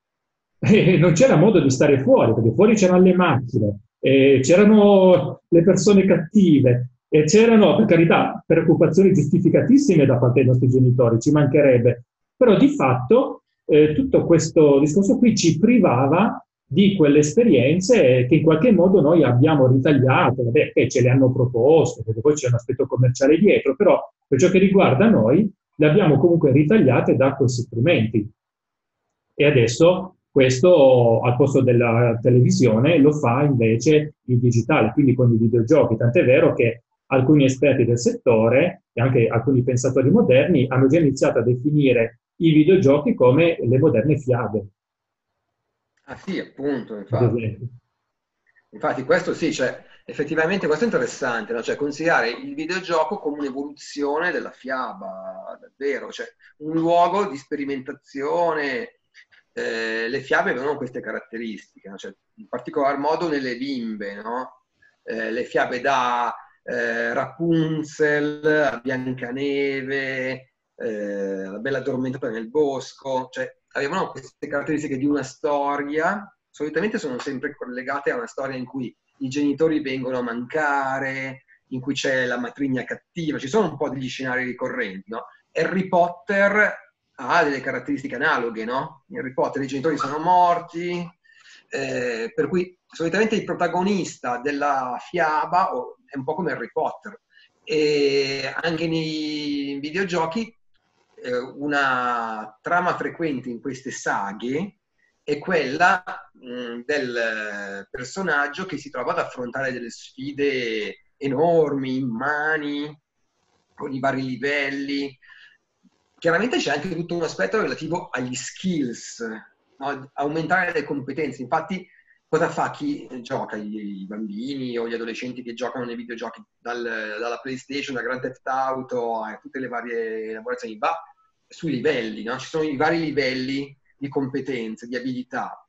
e non c'era modo di stare fuori, perché fuori c'erano le macchine, c'erano le persone cattive, e c'erano, per carità, preoccupazioni giustificatissime da parte dei nostri genitori, ci mancherebbe, però di fatto tutto questo discorso qui ci privava di quelle esperienze che in qualche modo noi abbiamo ritagliato, vabbè, che ce le hanno proposte, perché poi c'è un aspetto commerciale dietro, però per ciò che riguarda noi, le abbiamo comunque ritagliate da questi strumenti. E adesso questo al posto della televisione lo fa invece il digitale, quindi con i videogiochi, tant'è vero che alcuni esperti del settore e anche alcuni pensatori moderni hanno già iniziato a definire i videogiochi come le moderne fiabe, Ah sì, appunto, ad infatti. esempio. Infatti questo sì, cioè, effettivamente questo è interessante, no? Cioè, considerare il videogioco come un'evoluzione della fiaba, davvero, cioè un luogo di sperimentazione. Le fiabe avevano queste caratteristiche, no? Cioè, in particolar modo nelle bimbe, no? Le fiabe da Rapunzel a Biancaneve, la bella addormentata nel bosco, cioè avevano queste caratteristiche di una storia, solitamente sono sempre collegate a una storia in cui i genitori vengono a mancare, in cui c'è la matrigna cattiva, ci sono un po' degli scenari ricorrenti, no? Harry Potter ha delle caratteristiche analoghe, no? In Harry Potter i genitori sono morti, per cui solitamente il protagonista della fiaba è un po' come Harry Potter. E anche nei videogiochi una trama frequente in queste saghe è quella del personaggio che si trova ad affrontare delle sfide enormi, immani, con i vari livelli. Chiaramente c'è anche tutto un aspetto relativo agli skills, no? Aumentare le competenze. Infatti, cosa fa chi gioca? I bambini o gli adolescenti che giocano nei videogiochi dalla PlayStation, da Grand Theft Auto a tutte le varie elaborazioni, va sui livelli, no? Ci sono i vari livelli di competenze, di abilità.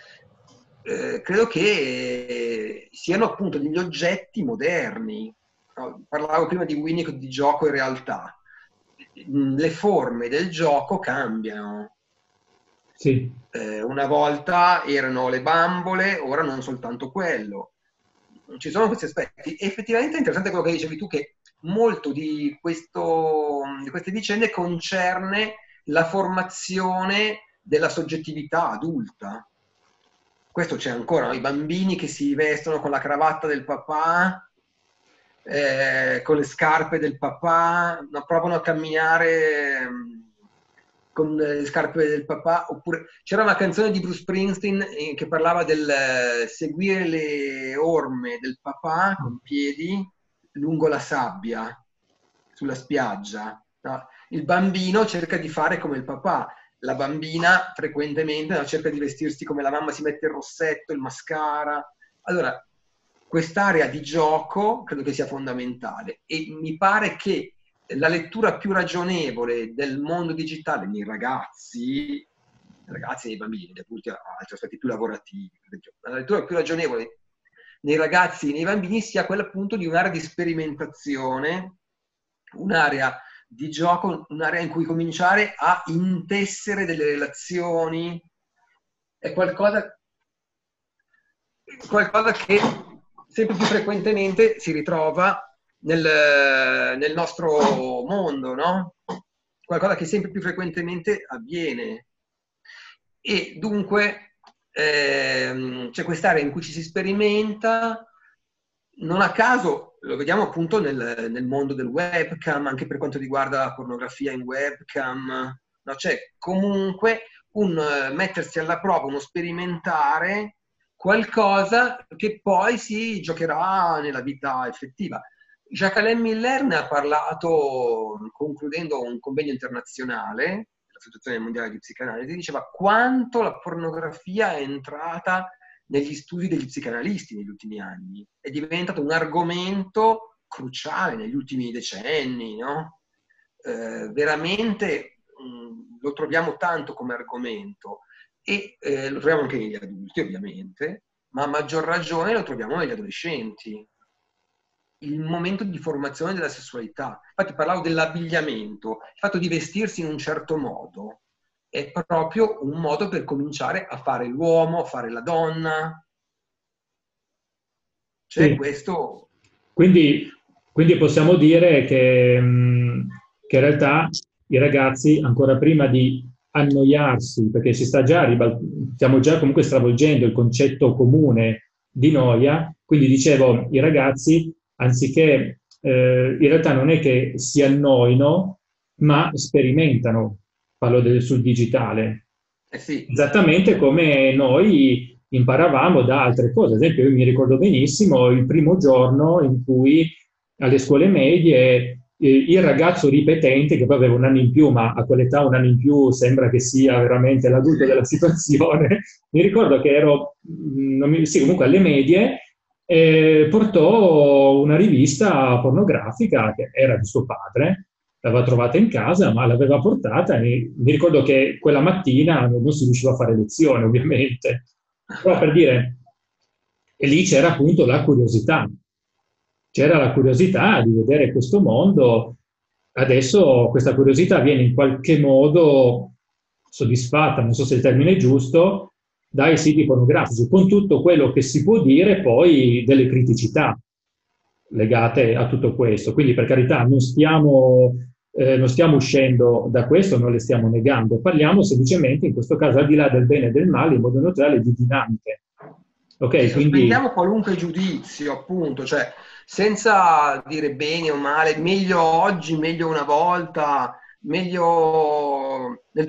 Credo che siano appunto degli oggetti moderni. No? Parlavo prima di Winnicott di gioco e realtà. Le forme del gioco cambiano. Sì. Una volta erano le bambole, ora non soltanto quello. Ci sono questi aspetti. Effettivamente è interessante quello che dicevi tu, che molto di queste vicende concerne la formazione della soggettività adulta. Questo c'è ancora, no? I bambini che si vestono con la cravatta del papà, con le scarpe del papà, no, provano a camminare con le scarpe del papà, oppure c'era una canzone di Bruce Springsteen che parlava del seguire le orme del papà con piedi lungo la sabbia, sulla spiaggia. No? Il bambino cerca di fare come il papà, la bambina frequentemente no, cerca di vestirsi come la mamma, si mette il rossetto, il mascara. Allora, quest'area di gioco credo che sia fondamentale e mi pare che la lettura più ragionevole del mondo digitale nei ragazzi e nei bambini, negli adulti ha altri aspetti più lavorativi, la lettura più ragionevole nei ragazzi e nei bambini sia quella appunto di un'area di sperimentazione, un'area di gioco, un'area in cui cominciare a intessere delle relazioni, è qualcosa che sempre più frequentemente si ritrova nel nostro mondo, no? Qualcosa che sempre più frequentemente avviene. E dunque c'è quest'area in cui ci si sperimenta, non a caso lo vediamo appunto nel mondo del webcam, anche per quanto riguarda la pornografia in webcam, no? C'è comunque un mettersi alla prova, uno sperimentare qualcosa che poi si giocherà nella vita effettiva. Jacques-Alain Miller ne ha parlato concludendo un convegno internazionale, l'Associazione Mondiale di Psicanalisi, diceva quanto la pornografia è entrata negli studi degli psicanalisti negli ultimi anni. È diventato un argomento cruciale negli ultimi decenni, no? Veramente lo troviamo tanto come argomento e lo troviamo anche negli adulti ovviamente, ma a maggior ragione lo troviamo negli adolescenti. Il momento di formazione della sessualità. Infatti parlavo dell'abbigliamento, il fatto di vestirsi in un certo modo è proprio un modo per cominciare a fare l'uomo, a fare la donna. C'è Sì. questo. Quindi possiamo dire che in realtà i ragazzi, ancora prima di annoiarsi, perché stiamo già comunque stravolgendo il concetto comune di noia, quindi dicevo, i ragazzi, anziché, in realtà non è che si annoino, ma sperimentano, sul digitale, Eh sì. esattamente come noi imparavamo da altre cose. Ad esempio, io mi ricordo benissimo il primo giorno in cui alle scuole medie il ragazzo ripetente, che poi aveva un anno in più, ma a quell'età un anno in più sembra che sia veramente l'adulto della situazione, mi ricordo che ero, sì, comunque alle medie, portò una rivista pornografica che era di suo padre, l'aveva trovata in casa, ma l'aveva portata e mi ricordo che quella mattina non si riusciva a fare lezione, ovviamente. Però per dire, e lì c'era appunto la curiosità. C'era la curiosità di vedere questo mondo. Adesso questa curiosità viene in qualche modo soddisfatta, non so se il termine è giusto, dai siti pornografici, con tutto quello che si può dire poi delle criticità legate a tutto questo. Quindi per carità non stiamo uscendo da questo, non le stiamo negando, parliamo semplicemente in questo caso al di là del bene e del male in modo neutrale di dinamiche. Sì, Ok, quindi sospendiamo qualunque giudizio, appunto, cioè senza dire bene o male, meglio oggi, meglio una volta, meglio nel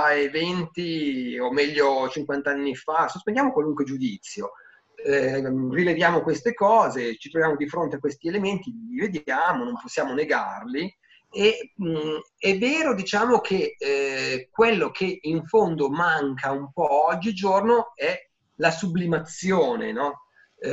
2020 o meglio 50 anni fa, sospendiamo qualunque giudizio, rileviamo queste cose, ci troviamo di fronte a questi elementi, li vediamo, non possiamo negarli. E è vero, diciamo, che quello che in fondo manca un po' oggigiorno è la sublimazione, no?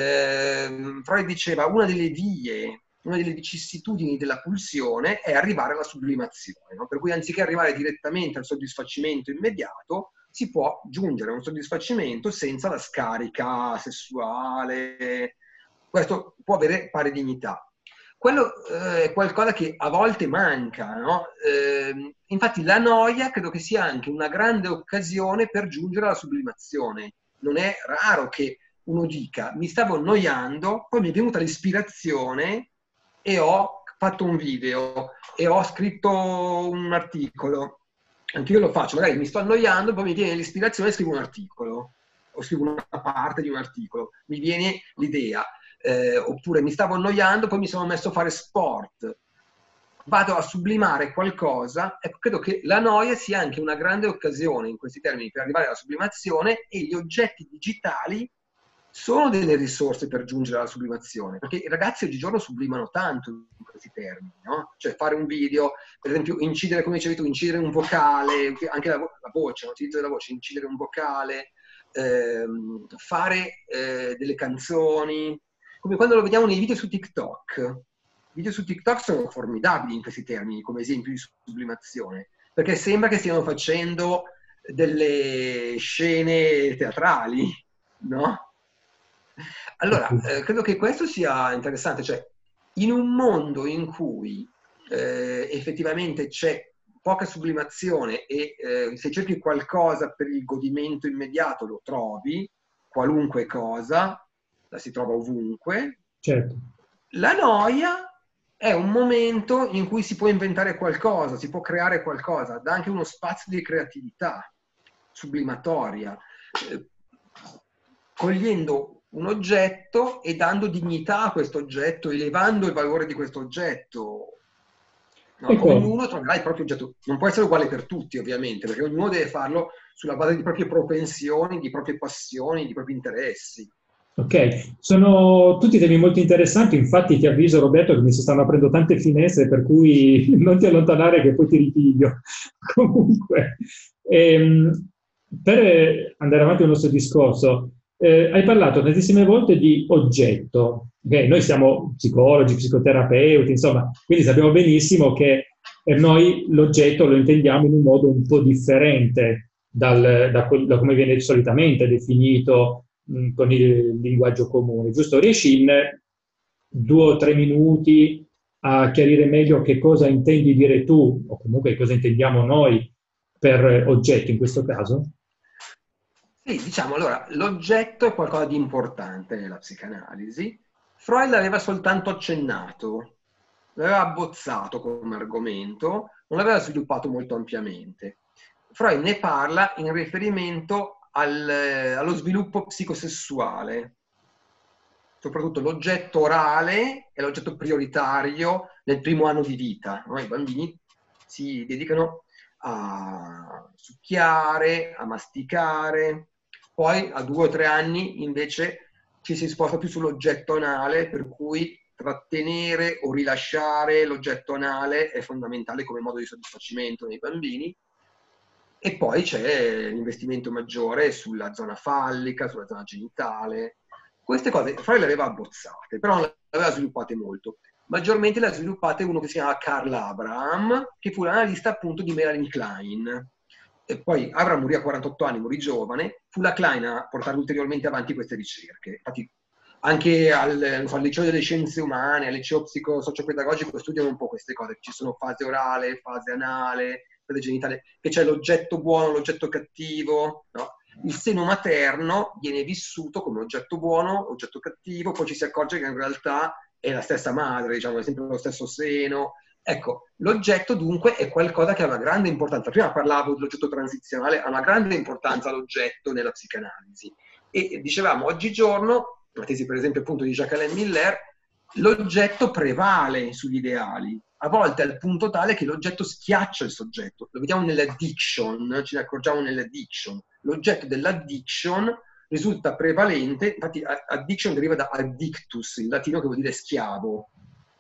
Freud diceva una delle vie, una delle vicissitudini della pulsione è arrivare alla sublimazione, no? Per cui anziché arrivare direttamente al soddisfacimento immediato, si può giungere a un soddisfacimento senza la scarica sessuale. Questo può avere pari dignità. Quello è qualcosa che a volte manca, no? Infatti la noia credo che sia anche una grande occasione per giungere alla sublimazione. Non è raro che uno dica mi stavo annoiando, poi mi è venuta l'ispirazione e ho fatto un video e ho scritto un articolo. Anche io lo faccio, magari mi sto annoiando, poi mi viene l'ispirazione e scrivo un articolo o scrivo una parte di un articolo, mi viene l'idea. Oppure mi stavo annoiando, poi mi sono messo a fare sport, vado a sublimare qualcosa. Ecco, credo che la noia sia anche una grande occasione in questi termini per arrivare alla sublimazione, e gli oggetti digitali sono delle risorse per giungere alla sublimazione, perché i ragazzi oggigiorno sublimano tanto in questi termini, no? Cioè fare un video, per esempio incidere, come dicevi tu, incidere un vocale, anche la voce, l'utilizzo della voce, incidere un vocale, fare delle canzoni, come quando lo vediamo nei video su TikTok. I video su TikTok sono formidabili in questi termini, come esempio di sublimazione, perché sembra che stiano facendo delle scene teatrali, no? Allora, credo che questo sia interessante, cioè in un mondo in cui effettivamente c'è poca sublimazione e se cerchi qualcosa per il godimento immediato lo trovi, qualunque cosa, la si trova ovunque. certo. La noia è un momento in cui si può inventare qualcosa, si può creare qualcosa, dà anche uno spazio di creatività sublimatoria, cogliendo un oggetto e dando dignità a questo oggetto, elevando il valore di questo oggetto. No, Ecco, ognuno troverà il proprio oggetto, non può essere uguale per tutti ovviamente, perché ognuno deve farlo sulla base di proprie propensioni, di proprie passioni, di propri interessi. ok, sono tutti temi molto interessanti, infatti ti avviso Roberto che mi si stanno aprendo tante finestre per cui non ti allontanare che poi ti ripiglio. Comunque, per andare avanti con il nostro discorso, hai parlato tantissime volte di oggetto, okay? Noi siamo psicologi, psicoterapeuti, insomma, quindi sappiamo benissimo che noi l'oggetto lo intendiamo in un modo un po' differente da come viene solitamente definito con il linguaggio comune, giusto? Riesci in 2 o 3 minuti a chiarire meglio che cosa intendi dire tu, o comunque cosa intendiamo noi per oggetto in questo caso? Sì, diciamo, allora, l'oggetto è qualcosa di importante nella psicanalisi. Freud l'aveva soltanto accennato, l'aveva abbozzato come argomento, non l'aveva sviluppato molto ampiamente. Freud ne parla in riferimento allo sviluppo psicosessuale. Soprattutto l'oggetto orale è l'oggetto prioritario nel primo anno di vita, no? I bambini si dedicano a succhiare, a masticare, poi a 2 o 3 anni invece ci si sposta più sull'oggetto anale, per cui trattenere o rilasciare l'oggetto anale è fondamentale come modo di soddisfacimento nei bambini. E poi c'è l'investimento maggiore sulla zona fallica, sulla zona genitale. Queste cose Freud le aveva abbozzate, però non le aveva sviluppate molto. Maggiormente le ha sviluppate uno che si chiama Karl Abraham, che fu l'analista appunto di Melanie Klein. E poi Abraham morì a 48 anni, morì giovane, fu la Klein a portare ulteriormente avanti queste ricerche. Infatti anche al liceo delle scienze umane, al liceo psicosociopedagogico studiano un po' queste cose. Ci sono fase orale, fase anale, fase genitale, che c'è l'oggetto buono, l'oggetto cattivo, no? Il seno materno viene vissuto come oggetto buono, oggetto cattivo, poi ci si accorge che in realtà è la stessa madre, diciamo, è sempre lo stesso seno. Ecco, l'oggetto dunque è qualcosa che ha una grande importanza. Prima parlavo dell'oggetto transizionale, ha una grande importanza l'oggetto nella psicanalisi. E dicevamo, oggigiorno, la tesi per esempio appunto di Jacques-Alain Miller, l'oggetto prevale sugli ideali, a volte al punto tale che l'oggetto schiaccia il soggetto. Lo vediamo nell'addiction, ce ne accorgiamo nell'addiction. L'oggetto dell'addiction risulta prevalente, infatti addiction deriva da addictus, in latino, che vuol dire schiavo.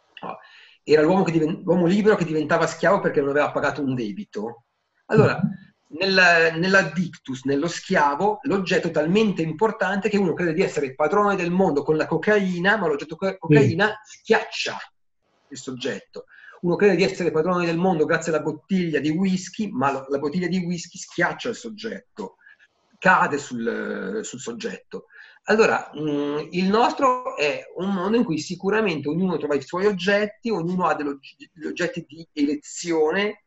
Era l'uomo libero che diventava schiavo perché non aveva pagato un debito. Allora, nell'addictus, nello schiavo, l'oggetto è talmente importante che uno crede di essere padrone del mondo con la cocaina, ma l'oggetto cocaina schiaccia il soggetto. Uno crede di essere padrone del mondo grazie alla bottiglia di whisky, ma la bottiglia di whisky schiaccia il soggetto, cade sul soggetto. Allora, il nostro è un mondo in cui sicuramente ognuno trova i suoi oggetti, ognuno ha degli oggetti di elezione,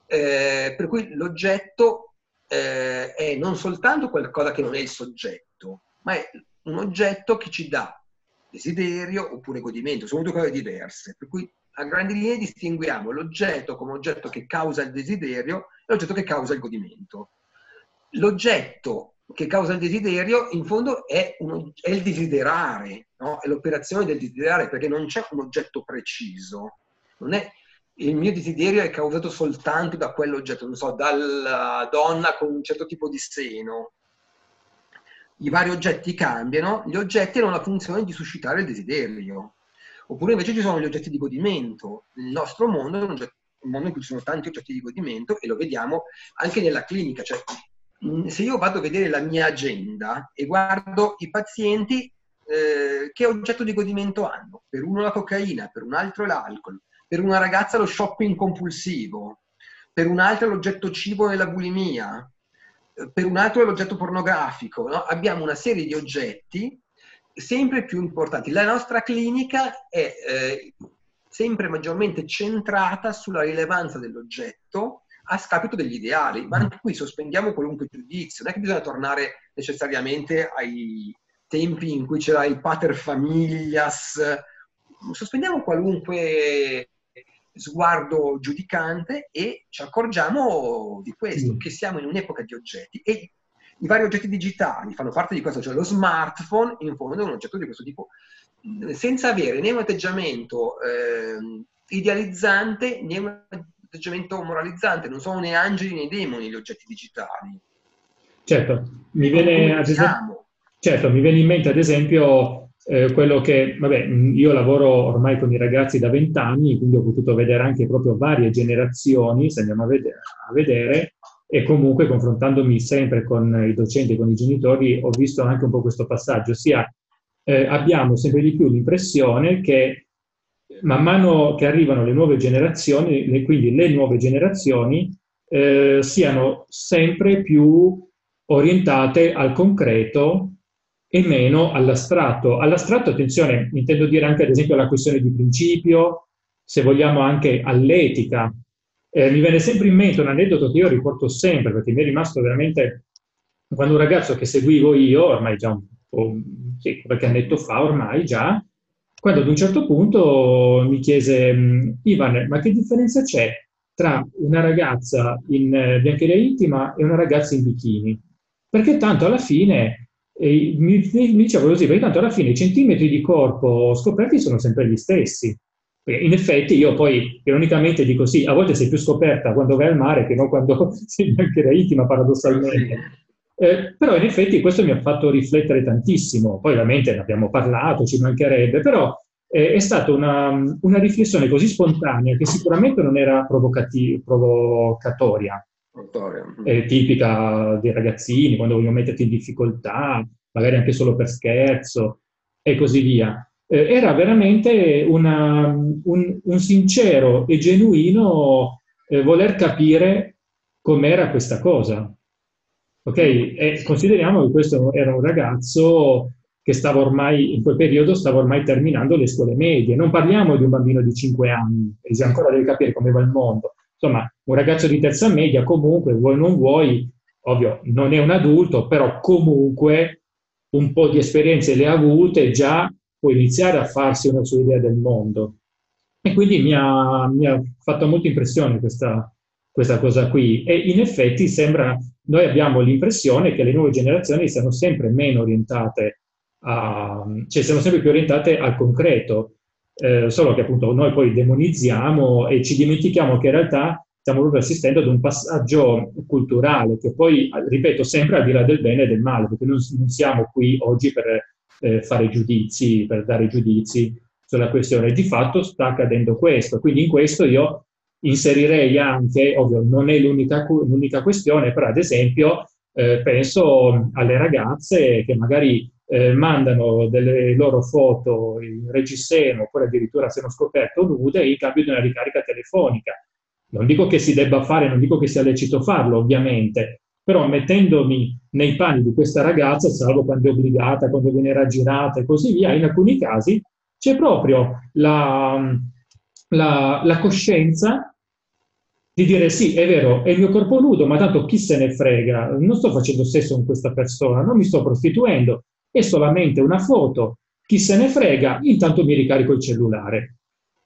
per cui l'oggetto è non soltanto qualcosa che non è il soggetto, ma è un oggetto che ci dà desiderio oppure godimento, sono due cose diverse. Per cui a grandi linee distinguiamo l'oggetto come oggetto che causa il desiderio e l'oggetto che causa il godimento. L'oggetto che causa il desiderio, in fondo, è il desiderare, no? È l'operazione del desiderare, perché non c'è un oggetto preciso. Non è il mio desiderio è causato soltanto da quell'oggetto, non so, dalla donna con un certo tipo di seno. I vari oggetti cambiano, gli oggetti hanno la funzione di suscitare il desiderio. Oppure invece ci sono gli oggetti di godimento. Il nostro mondo è un mondo in cui ci sono tanti oggetti di godimento e lo vediamo anche nella clinica. Cioè, se io vado a vedere la mia agenda e guardo i pazienti, che oggetto di godimento hanno? Per uno la cocaina, per un altro l'alcol, per una ragazza lo shopping compulsivo, per un altro l'oggetto cibo e la bulimia, per un altro l'oggetto pornografico. No? Abbiamo una serie di oggetti sempre più importanti. La nostra clinica è sempre maggiormente centrata sulla rilevanza dell'oggetto a scapito degli ideali, ma anche qui sospendiamo qualunque giudizio. Non è che bisogna tornare necessariamente ai tempi in cui c'era il pater familias, sospendiamo qualunque sguardo giudicante e ci accorgiamo di questo, che siamo in un'epoca di oggetti e i vari oggetti digitali fanno parte di questo, cioè lo smartphone in fondo è un oggetto di questo tipo, senza avere né un atteggiamento idealizzante né un atteggiamento moralizzante. Non sono né angeli né demoni gli oggetti digitali. Certo, mi viene in mente ad esempio quello che, vabbè, io lavoro ormai con i ragazzi da 20 anni, quindi ho potuto vedere anche proprio varie generazioni, se andiamo a vedere, e comunque confrontandomi sempre con i docenti e con i genitori ho visto anche un po' questo passaggio, ossia abbiamo sempre di più l'impressione che man mano che arrivano le nuove generazioni, quindi le nuove generazioni siano sempre più orientate al concreto e meno all'astratto. All'astratto, attenzione, intendo dire anche ad esempio alla questione di principio, se vogliamo anche all'etica. Mi viene sempre in mente un aneddoto che io riporto sempre, perché mi è rimasto veramente, quando un ragazzo che seguivo io, ormai già qualche annetto fa ormai già, quando ad un certo punto mi chiese: Ivan, ma che differenza c'è tra una ragazza in biancheria intima e una ragazza in bikini. Perché tanto alla fine, mi dicevo così, perché tanto alla fine i centimetri di corpo scoperti sono sempre gli stessi. Perché in effetti io poi ironicamente dico sì, a volte sei più scoperta quando vai al mare che non quando sei in biancheria intima, Quello sì. paradossalmente. Però in effetti questo mi ha fatto riflettere tantissimo, poi ovviamente ne abbiamo parlato, ci mancherebbe, però è stata una riflessione così spontanea che sicuramente non era provocatoria, Vittoria. tipica dei ragazzini, quando vogliono metterti in difficoltà, magari anche solo per scherzo e così via. Era veramente un sincero e genuino voler capire com'era questa cosa. Ok? E Sì, consideriamo che questo era un ragazzo che stava ormai, in quel periodo, stava ormai terminando le scuole medie. Non parliamo di un bambino di 5 anni, che ancora deve capire come va il mondo. Insomma, un ragazzo di terza media, comunque, vuoi o non vuoi, ovvio, non è un adulto, però comunque un po' di esperienze le ha avute, già può iniziare a farsi una sua idea del mondo. E quindi mi ha fatto molta impressione questa cosa qui. E in effetti sembra, noi abbiamo l'impressione che le nuove generazioni siano sempre meno orientate cioè siano sempre più orientate al concreto, solo che appunto noi poi demonizziamo e ci dimentichiamo che in realtà stiamo proprio assistendo ad un passaggio culturale che poi, ripeto, sempre al di là del bene e del male, perché non siamo qui oggi per fare giudizi, per dare giudizi sulla questione. Di fatto sta accadendo questo, quindi in questo io inserirei anche, ovvio non è l'unica questione, però ad esempio penso alle ragazze che magari mandano delle loro foto in reggiseno oppure addirittura se non scoperto nude in cambio di una ricarica telefonica. Non dico che si debba fare, non dico che sia lecito farlo, ovviamente, però mettendomi nei panni di questa ragazza, salvo quando è obbligata, quando viene raggirata e così via, in alcuni casi c'è proprio la coscienza di dire sì, è vero, è il mio corpo nudo, ma tanto chi se ne frega, non sto facendo sesso con questa persona, non mi sto prostituendo, è solamente una foto, chi se ne frega, intanto mi ricarico il cellulare.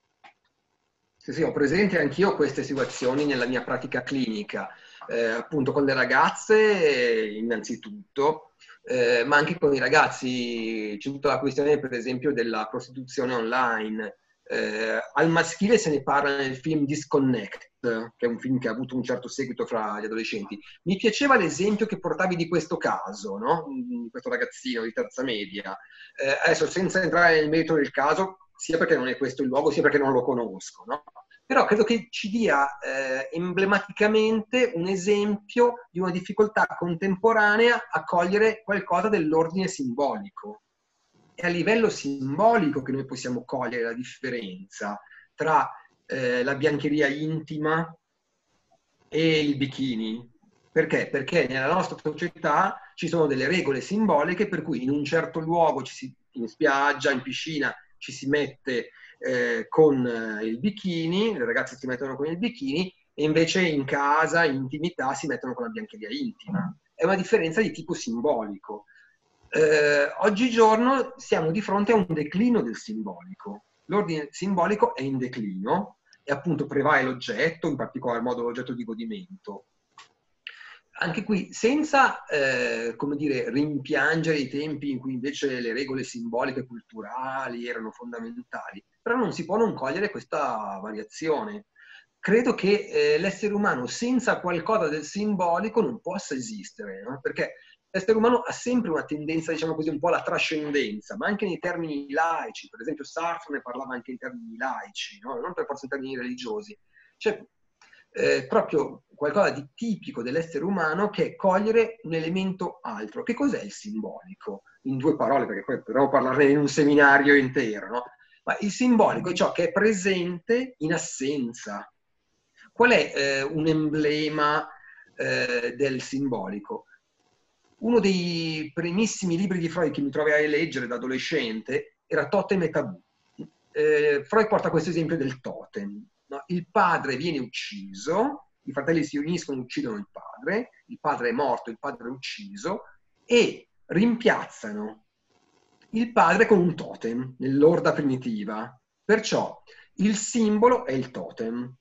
sì, sì, ho presente anch'io queste situazioni nella mia pratica clinica, appunto con le ragazze innanzitutto, ma anche con i ragazzi. C'è tutta la questione, per esempio, della prostituzione online. Al maschile se ne parla nel film Disconnect, che è un film che ha avuto un certo seguito fra gli adolescenti. Mi piaceva l'esempio che portavi di questo caso, no? Di questo ragazzino di terza media. Adesso, senza entrare nel merito del caso, sia perché non è questo il luogo, sia perché non lo conosco, no? Però credo che ci dia emblematicamente un esempio di una difficoltà contemporanea a cogliere qualcosa dell'ordine simbolico. È a livello simbolico che noi possiamo cogliere la differenza tra la biancheria intima e il bikini. Perché? Perché nella nostra società ci sono delle regole simboliche per cui in un certo luogo, in spiaggia, in piscina, ci si mette con il bikini, le ragazze si mettono con il bikini e invece in casa, in intimità, si mettono con la biancheria intima. È una differenza di tipo simbolico. Oggigiorno siamo di fronte a un declino del simbolico. L'ordine simbolico è in declino e appunto prevale l'oggetto, in particolar modo l'oggetto di godimento. Anche qui, senza come dire, rimpiangere i tempi in cui invece le regole simboliche culturali erano fondamentali, però non si può non cogliere questa variazione. Credo che l'essere umano senza qualcosa del simbolico non possa esistere, no? Perché l'essere umano ha sempre una tendenza, diciamo così, un po' alla trascendenza, ma anche nei termini laici. Per esempio Sartre ne parlava anche in termini laici, no? Non per forza in termini religiosi. Cioè, proprio qualcosa di tipico dell'essere umano che è cogliere un elemento altro. Che cos'è il simbolico? In due parole, perché poi potremmo parlarne in un seminario intero, no? Ma il simbolico è ciò che è presente in assenza. Qual è un emblema del simbolico? Uno dei primissimi libri di Freud che mi trovai a leggere da adolescente era Totem e Tabù. Freud porta questo esempio del totem. No? Il padre viene ucciso, i fratelli si uniscono e uccidono il padre è morto, il padre è ucciso, e rimpiazzano il padre con un totem nell'orda primitiva. Perciò il simbolo è il totem.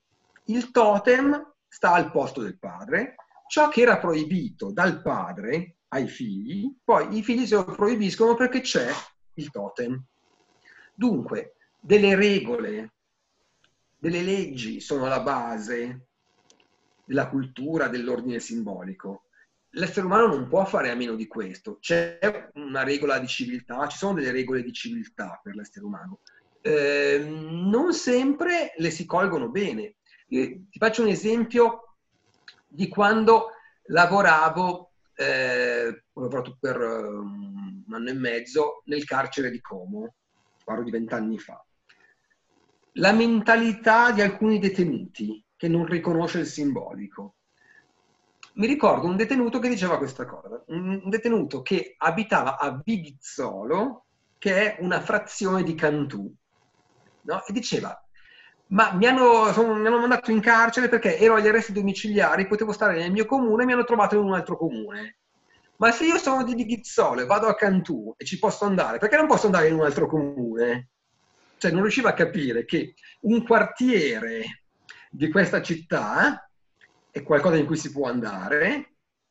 il totem sta al posto del padre, ciò che era proibito dal padre ai figli, poi i figli se lo proibiscono perché c'è il totem. Dunque, delle regole, delle leggi sono la base della cultura, dell'ordine simbolico. L'essere umano non può fare a meno di questo. C'è una regola di civiltà, ci sono delle regole di civiltà per l'essere umano. Non sempre le si colgono bene. Ti faccio un esempio di quando lavoravo, ho lavorato per un anno e mezzo nel carcere di Como, parlo di 20 anni fa. La mentalità di alcuni detenuti che non riconosce il simbolico. Mi ricordo un detenuto che diceva questa cosa, un detenuto che abitava a Bighizzolo, che è una frazione di Cantù, no? E diceva, ma mi hanno mandato in carcere perché ero agli arresti domiciliari, potevo stare nel mio comune e mi hanno trovato in un altro comune. Ma se io sono di Bighizzolo e vado a Cantù e ci posso andare, perché non posso andare in un altro comune? Cioè non riusciva a capire che un quartiere di questa città è qualcosa in cui si può andare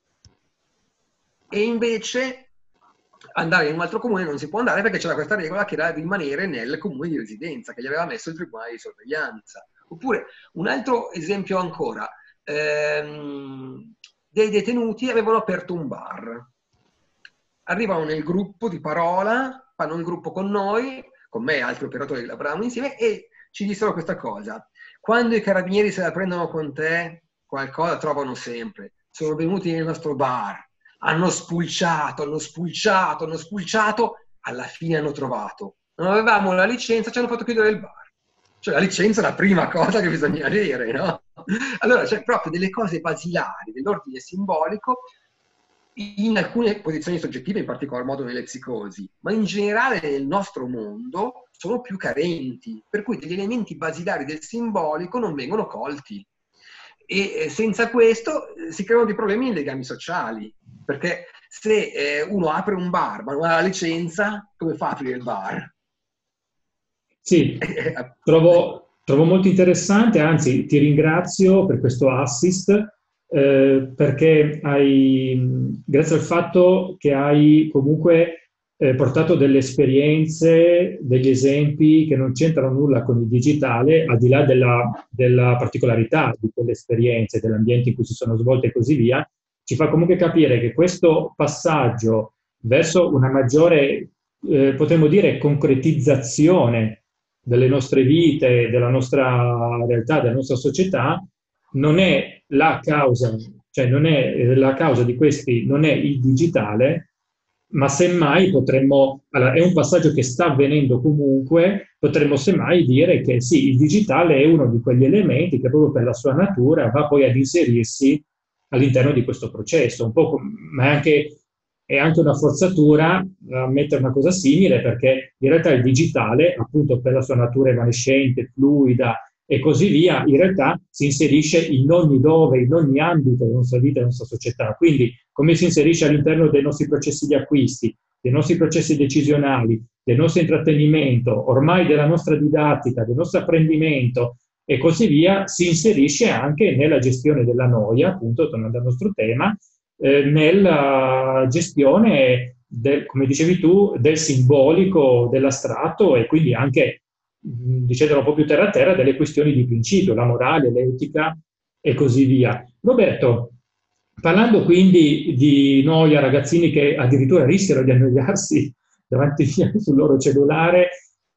e invece andare in un altro comune non si può andare perché c'era questa regola che era rimanere nel comune di residenza che gli aveva messo il tribunale di sorveglianza. Oppure un altro esempio ancora, dei detenuti avevano aperto un bar. Arrivano nel gruppo di parola, fanno il gruppo con noi, con me e altri operatori che lavoravamo insieme, e ci dissero questa cosa. Quando i carabinieri se la prendono con te, qualcosa trovano sempre. Sono venuti nel nostro bar, hanno spulciato, alla fine hanno trovato. Non avevamo la licenza, ci hanno fatto chiudere il bar. Cioè la licenza è la prima cosa che bisogna avere, no? Allora c'è proprio delle cose basilari dell'ordine simbolico in alcune posizioni soggettive, in particolar modo nelle psicosi, ma in generale nel nostro mondo sono più carenti, per cui degli elementi basilari del simbolico non vengono colti. E senza questo si creano dei problemi nei legami sociali, perché se uno apre un bar ma non ha la licenza, come fa a aprire il bar? Sì, trovo molto interessante, anzi ti ringrazio per questo assist, perché grazie al fatto che hai comunque portato delle esperienze, degli esempi che non c'entrano nulla con il digitale, al di là della particolarità di quelle esperienze, dell'ambiente in cui si sono svolte e così via, ci fa comunque capire che questo passaggio verso una maggiore, potremmo dire, concretizzazione delle nostre vite, della nostra realtà, della nostra società, non è la causa, cioè non è la causa di questi, non è il digitale, ma semmai potremmo, allora, è un passaggio che sta avvenendo comunque, potremmo semmai dire che sì, il digitale è uno di quegli elementi che proprio per la sua natura va poi ad inserirsi all'interno di questo processo, un po' ma è anche una forzatura mettere una cosa simile, perché in realtà il digitale, appunto per la sua natura evanescente, fluida e così via, in realtà si inserisce in ogni dove, in ogni ambito della nostra vita e della nostra società. Quindi come si inserisce all'interno dei nostri processi di acquisti, dei nostri processi decisionali, del nostro intrattenimento, ormai della nostra didattica, del nostro apprendimento e così via, si inserisce anche nella gestione della noia, appunto, tornando al nostro tema, nella gestione, come dicevi tu, del simbolico, dell'astratto e quindi anche, dicendolo un po' più terra a terra, delle questioni di principio, la morale, l'etica e così via. Roberto, parlando quindi di noia, ragazzini che addirittura rischiano di annoiarsi davanti sul loro cellulare,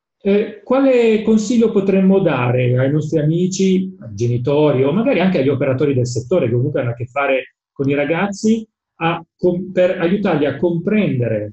quale consiglio potremmo dare ai nostri amici, ai genitori o magari anche agli operatori del settore che comunque hanno a che fare con i ragazzi per aiutarli a comprendere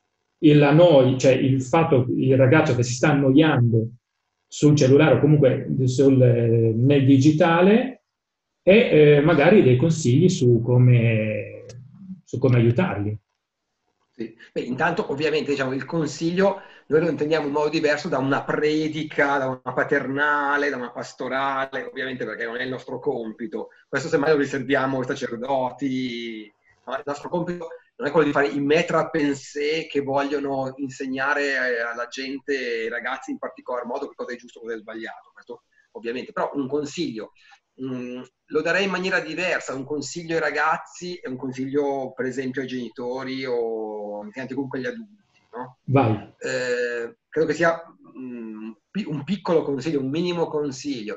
cioè il fatto, il ragazzo che si sta annoiando sul cellulare o comunque nel digitale e magari dei consigli su come aiutarli. Sì. Beh, intanto ovviamente diciamo, il consiglio noi lo intendiamo in modo diverso da una predica, da una paternale, da una pastorale, ovviamente perché non è il nostro compito. Questo semmai lo riserviamo ai sacerdoti. No? Il nostro compito non è quello di fare i maître à penser che vogliono insegnare alla gente, ai ragazzi in particolar modo, che cosa è giusto e cosa è sbagliato. Questo ovviamente, però un consiglio lo darei in maniera diversa, un consiglio ai ragazzi e un consiglio per esempio ai genitori o anche comunque agli adulti, no? Vai. Credo che sia un piccolo consiglio, un minimo consiglio.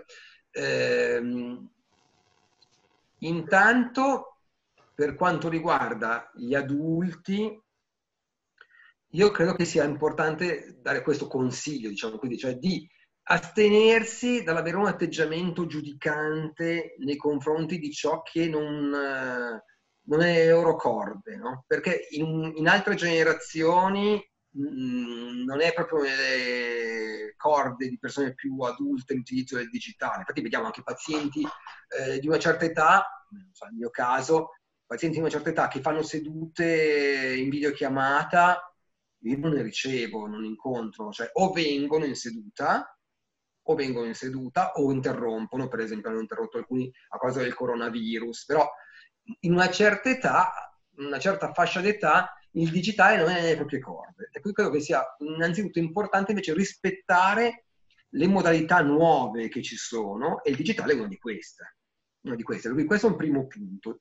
Intanto, per quanto riguarda gli adulti, io credo che sia importante dare questo consiglio, diciamo così, cioè di astenersi dall'avere un atteggiamento giudicante nei confronti di ciò che non è loro corde, no? Perché in altre generazioni non è proprio nelle corde di persone più adulte l'utilizzo del digitale. Infatti vediamo anche pazienti di una certa età, nel mio caso, pazienti di una certa età che fanno sedute in videochiamata, io non ne ricevo, non incontro, cioè o vengono in seduta o interrompono, per esempio hanno interrotto alcuni a causa del coronavirus, però in una certa età, una certa fascia d'età, il digitale non è nelle proprie corde. E quindi credo che sia innanzitutto importante invece rispettare le modalità nuove che ci sono, e il digitale è una di queste. Quindi questo è un primo punto.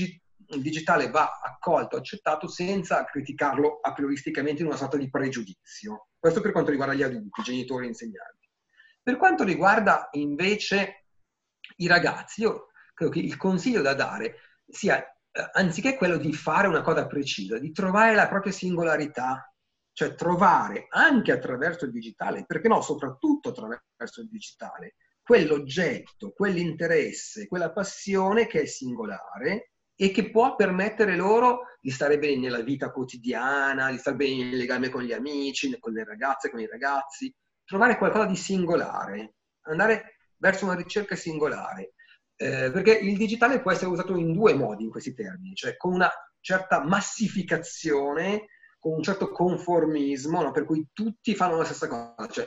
Il digitale va accolto, accettato, senza criticarlo a prioristicamente in una sorta di pregiudizio. Questo per quanto riguarda gli adulti, genitori e insegnanti. Per quanto riguarda invece i ragazzi, io credo che il consiglio da dare sia, anziché quello di fare una cosa precisa, di trovare la propria singolarità, cioè trovare anche attraverso il digitale, perché no, soprattutto attraverso il digitale, quell'oggetto, quell'interesse, quella passione che è singolare e che può permettere loro di stare bene nella vita quotidiana, di stare bene nel legame con gli amici, con le ragazze, con i ragazzi, trovare qualcosa di singolare, andare verso una ricerca singolare. Perché il digitale può essere usato in due modi in questi termini, cioè con una certa massificazione, con un certo conformismo, no? Per cui tutti fanno la stessa cosa. Cioè,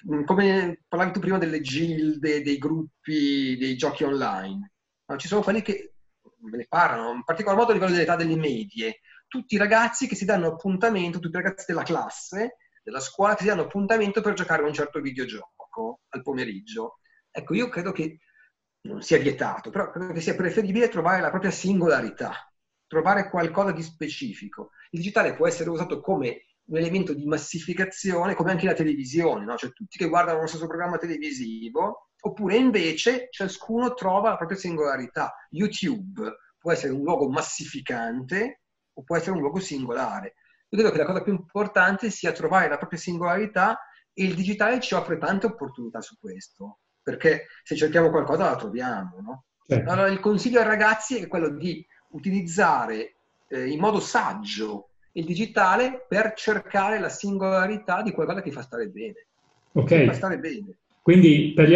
come parlavi tu prima delle gilde, dei gruppi, dei giochi online, no? Ci sono quelli che me ne parlano, in particolar modo a livello dell'età delle medie, tutti i ragazzi che si danno appuntamento, tutti i ragazzi della classe, della scuola, che si danno appuntamento per giocare a un certo videogioco al pomeriggio. Ecco, io credo che non sia vietato, però credo che sia preferibile trovare la propria singolarità, trovare qualcosa di specifico. Il digitale può essere usato come un elemento di massificazione, come anche la televisione, no? Cioè tutti che guardano lo stesso programma televisivo, oppure invece ciascuno trova la propria singolarità. YouTube può essere un luogo massificante o può essere un luogo singolare. Io credo che la cosa più importante sia trovare la propria singolarità, e il digitale ci offre tante opportunità su questo, perché se cerchiamo qualcosa la troviamo, no? Certo. Allora il consiglio ai ragazzi è quello di utilizzare in modo saggio il digitale per cercare la singolarità di qualcosa che fa stare bene. Ok. Che fa stare bene. Quindi per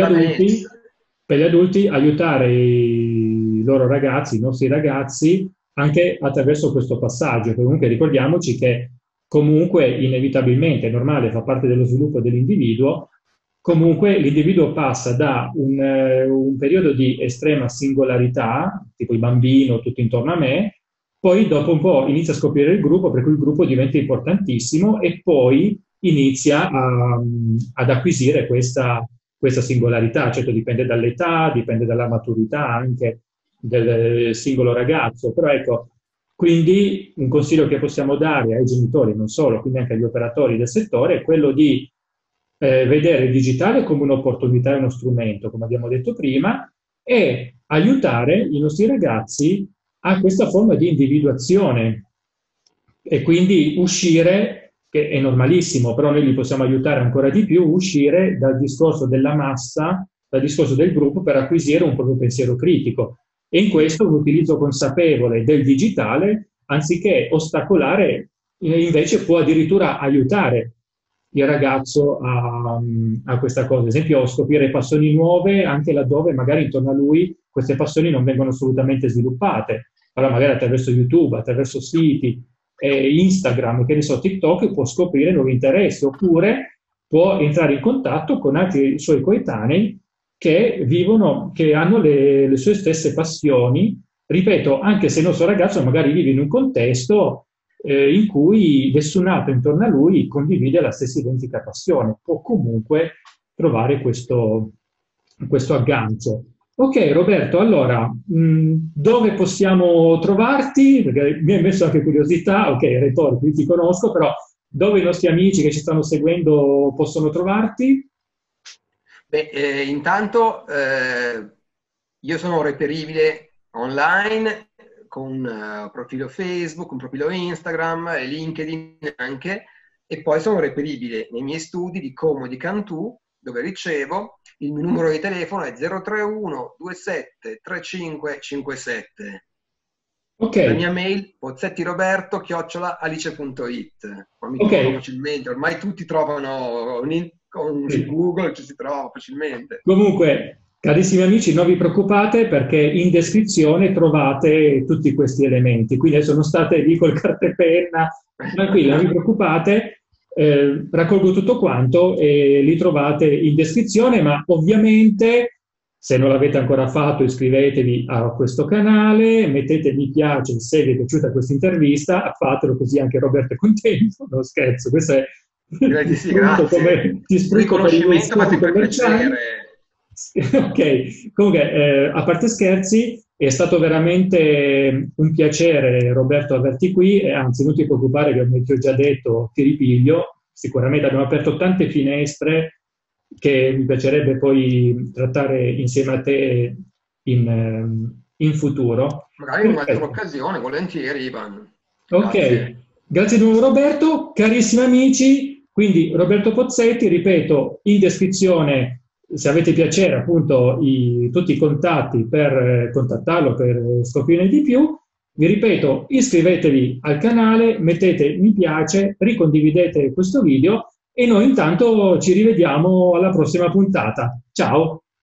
gli adulti aiutare i loro ragazzi, i nostri ragazzi, anche attraverso questo passaggio. Comunque ricordiamoci che comunque inevitabilmente, è normale, fa parte dello sviluppo dell'individuo, comunque l'individuo passa da un periodo di estrema singolarità, tipo il bambino, tutto intorno a me, poi dopo un po' inizia a scoprire il gruppo, per cui il gruppo diventa importantissimo e poi inizia ad acquisire questa singolarità. Certo dipende dall'età, dipende dalla maturità anche del singolo ragazzo, però ecco, quindi un consiglio che possiamo dare ai genitori, non solo, quindi anche agli operatori del settore, è quello di vedere il digitale come un'opportunità e uno strumento, come abbiamo detto prima, e aiutare i nostri ragazzi a questa forma di individuazione e quindi uscire, che è normalissimo, però noi li possiamo aiutare ancora di più, uscire dal discorso della massa, dal discorso del gruppo per acquisire un proprio pensiero critico. E in questo un utilizzo consapevole del digitale, anziché ostacolare, invece può addirittura aiutare il ragazzo a questa cosa. Ad esempio, scoprire passioni nuove anche laddove magari intorno a lui queste passioni non vengono assolutamente sviluppate. Allora magari attraverso YouTube, attraverso siti, Instagram, che ne so, TikTok, può scoprire nuovi interessi, oppure può entrare in contatto con altri suoi coetanei che vivono, che hanno le sue stesse passioni, ripeto, anche se il nostro ragazzo magari vive in un contesto in cui nessun altro intorno a lui condivide la stessa identica passione, può comunque trovare questo aggancio. Ok, Roberto, allora, dove possiamo trovarti? Perché mi hai messo anche curiosità, ok, retorico, io ti conosco, però dove i nostri amici che ci stanno seguendo possono trovarti? Beh, intanto io sono reperibile online con un profilo Facebook, un profilo Instagram, e LinkedIn anche, e poi sono reperibile nei miei studi di Como di Cantù, dove ricevo. Il mio numero di telefono è 031 27 35 57. Ok, La mia mail pozzettiroberto@alice.it. Qua mi ok, trovano facilmente, ormai tutti trovano su sì. Google, ci si trova facilmente. Comunque, carissimi amici, non vi preoccupate perché in descrizione trovate tutti questi elementi. Quindi adesso non state lì col carta e penna, tranquilli, non vi preoccupate, raccolgo tutto quanto e li trovate in descrizione, ma ovviamente se non l'avete ancora fatto iscrivetevi a questo canale, mettete mi piace se vi è piaciuta questa intervista, fatelo così anche Roberto è contento, no scherzo, questo è Direi di sì, grazie. ti Un sfrutto per i miei riconoscimento fa scopi sempre commerciali. piacere. Ok, comunque, a parte scherzi, è stato veramente un piacere, Roberto, averti qui e anzi non ti preoccupare che come ti ho già detto ti ripiglio, sicuramente abbiamo aperto tante finestre che mi piacerebbe poi trattare insieme a te in futuro. Magari in un'altra Perfetto. occasione, volentieri, Ivan. Ok, Grazie. grazie di nuovo Roberto, carissimi amici, quindi Roberto Pozzetti, ripeto, in descrizione se avete piacere appunto tutti i contatti per contattarlo, per scoprire di più, vi ripeto, iscrivetevi al canale, mettete mi piace, ricondividete questo video e noi intanto ci rivediamo alla prossima puntata. Ciao!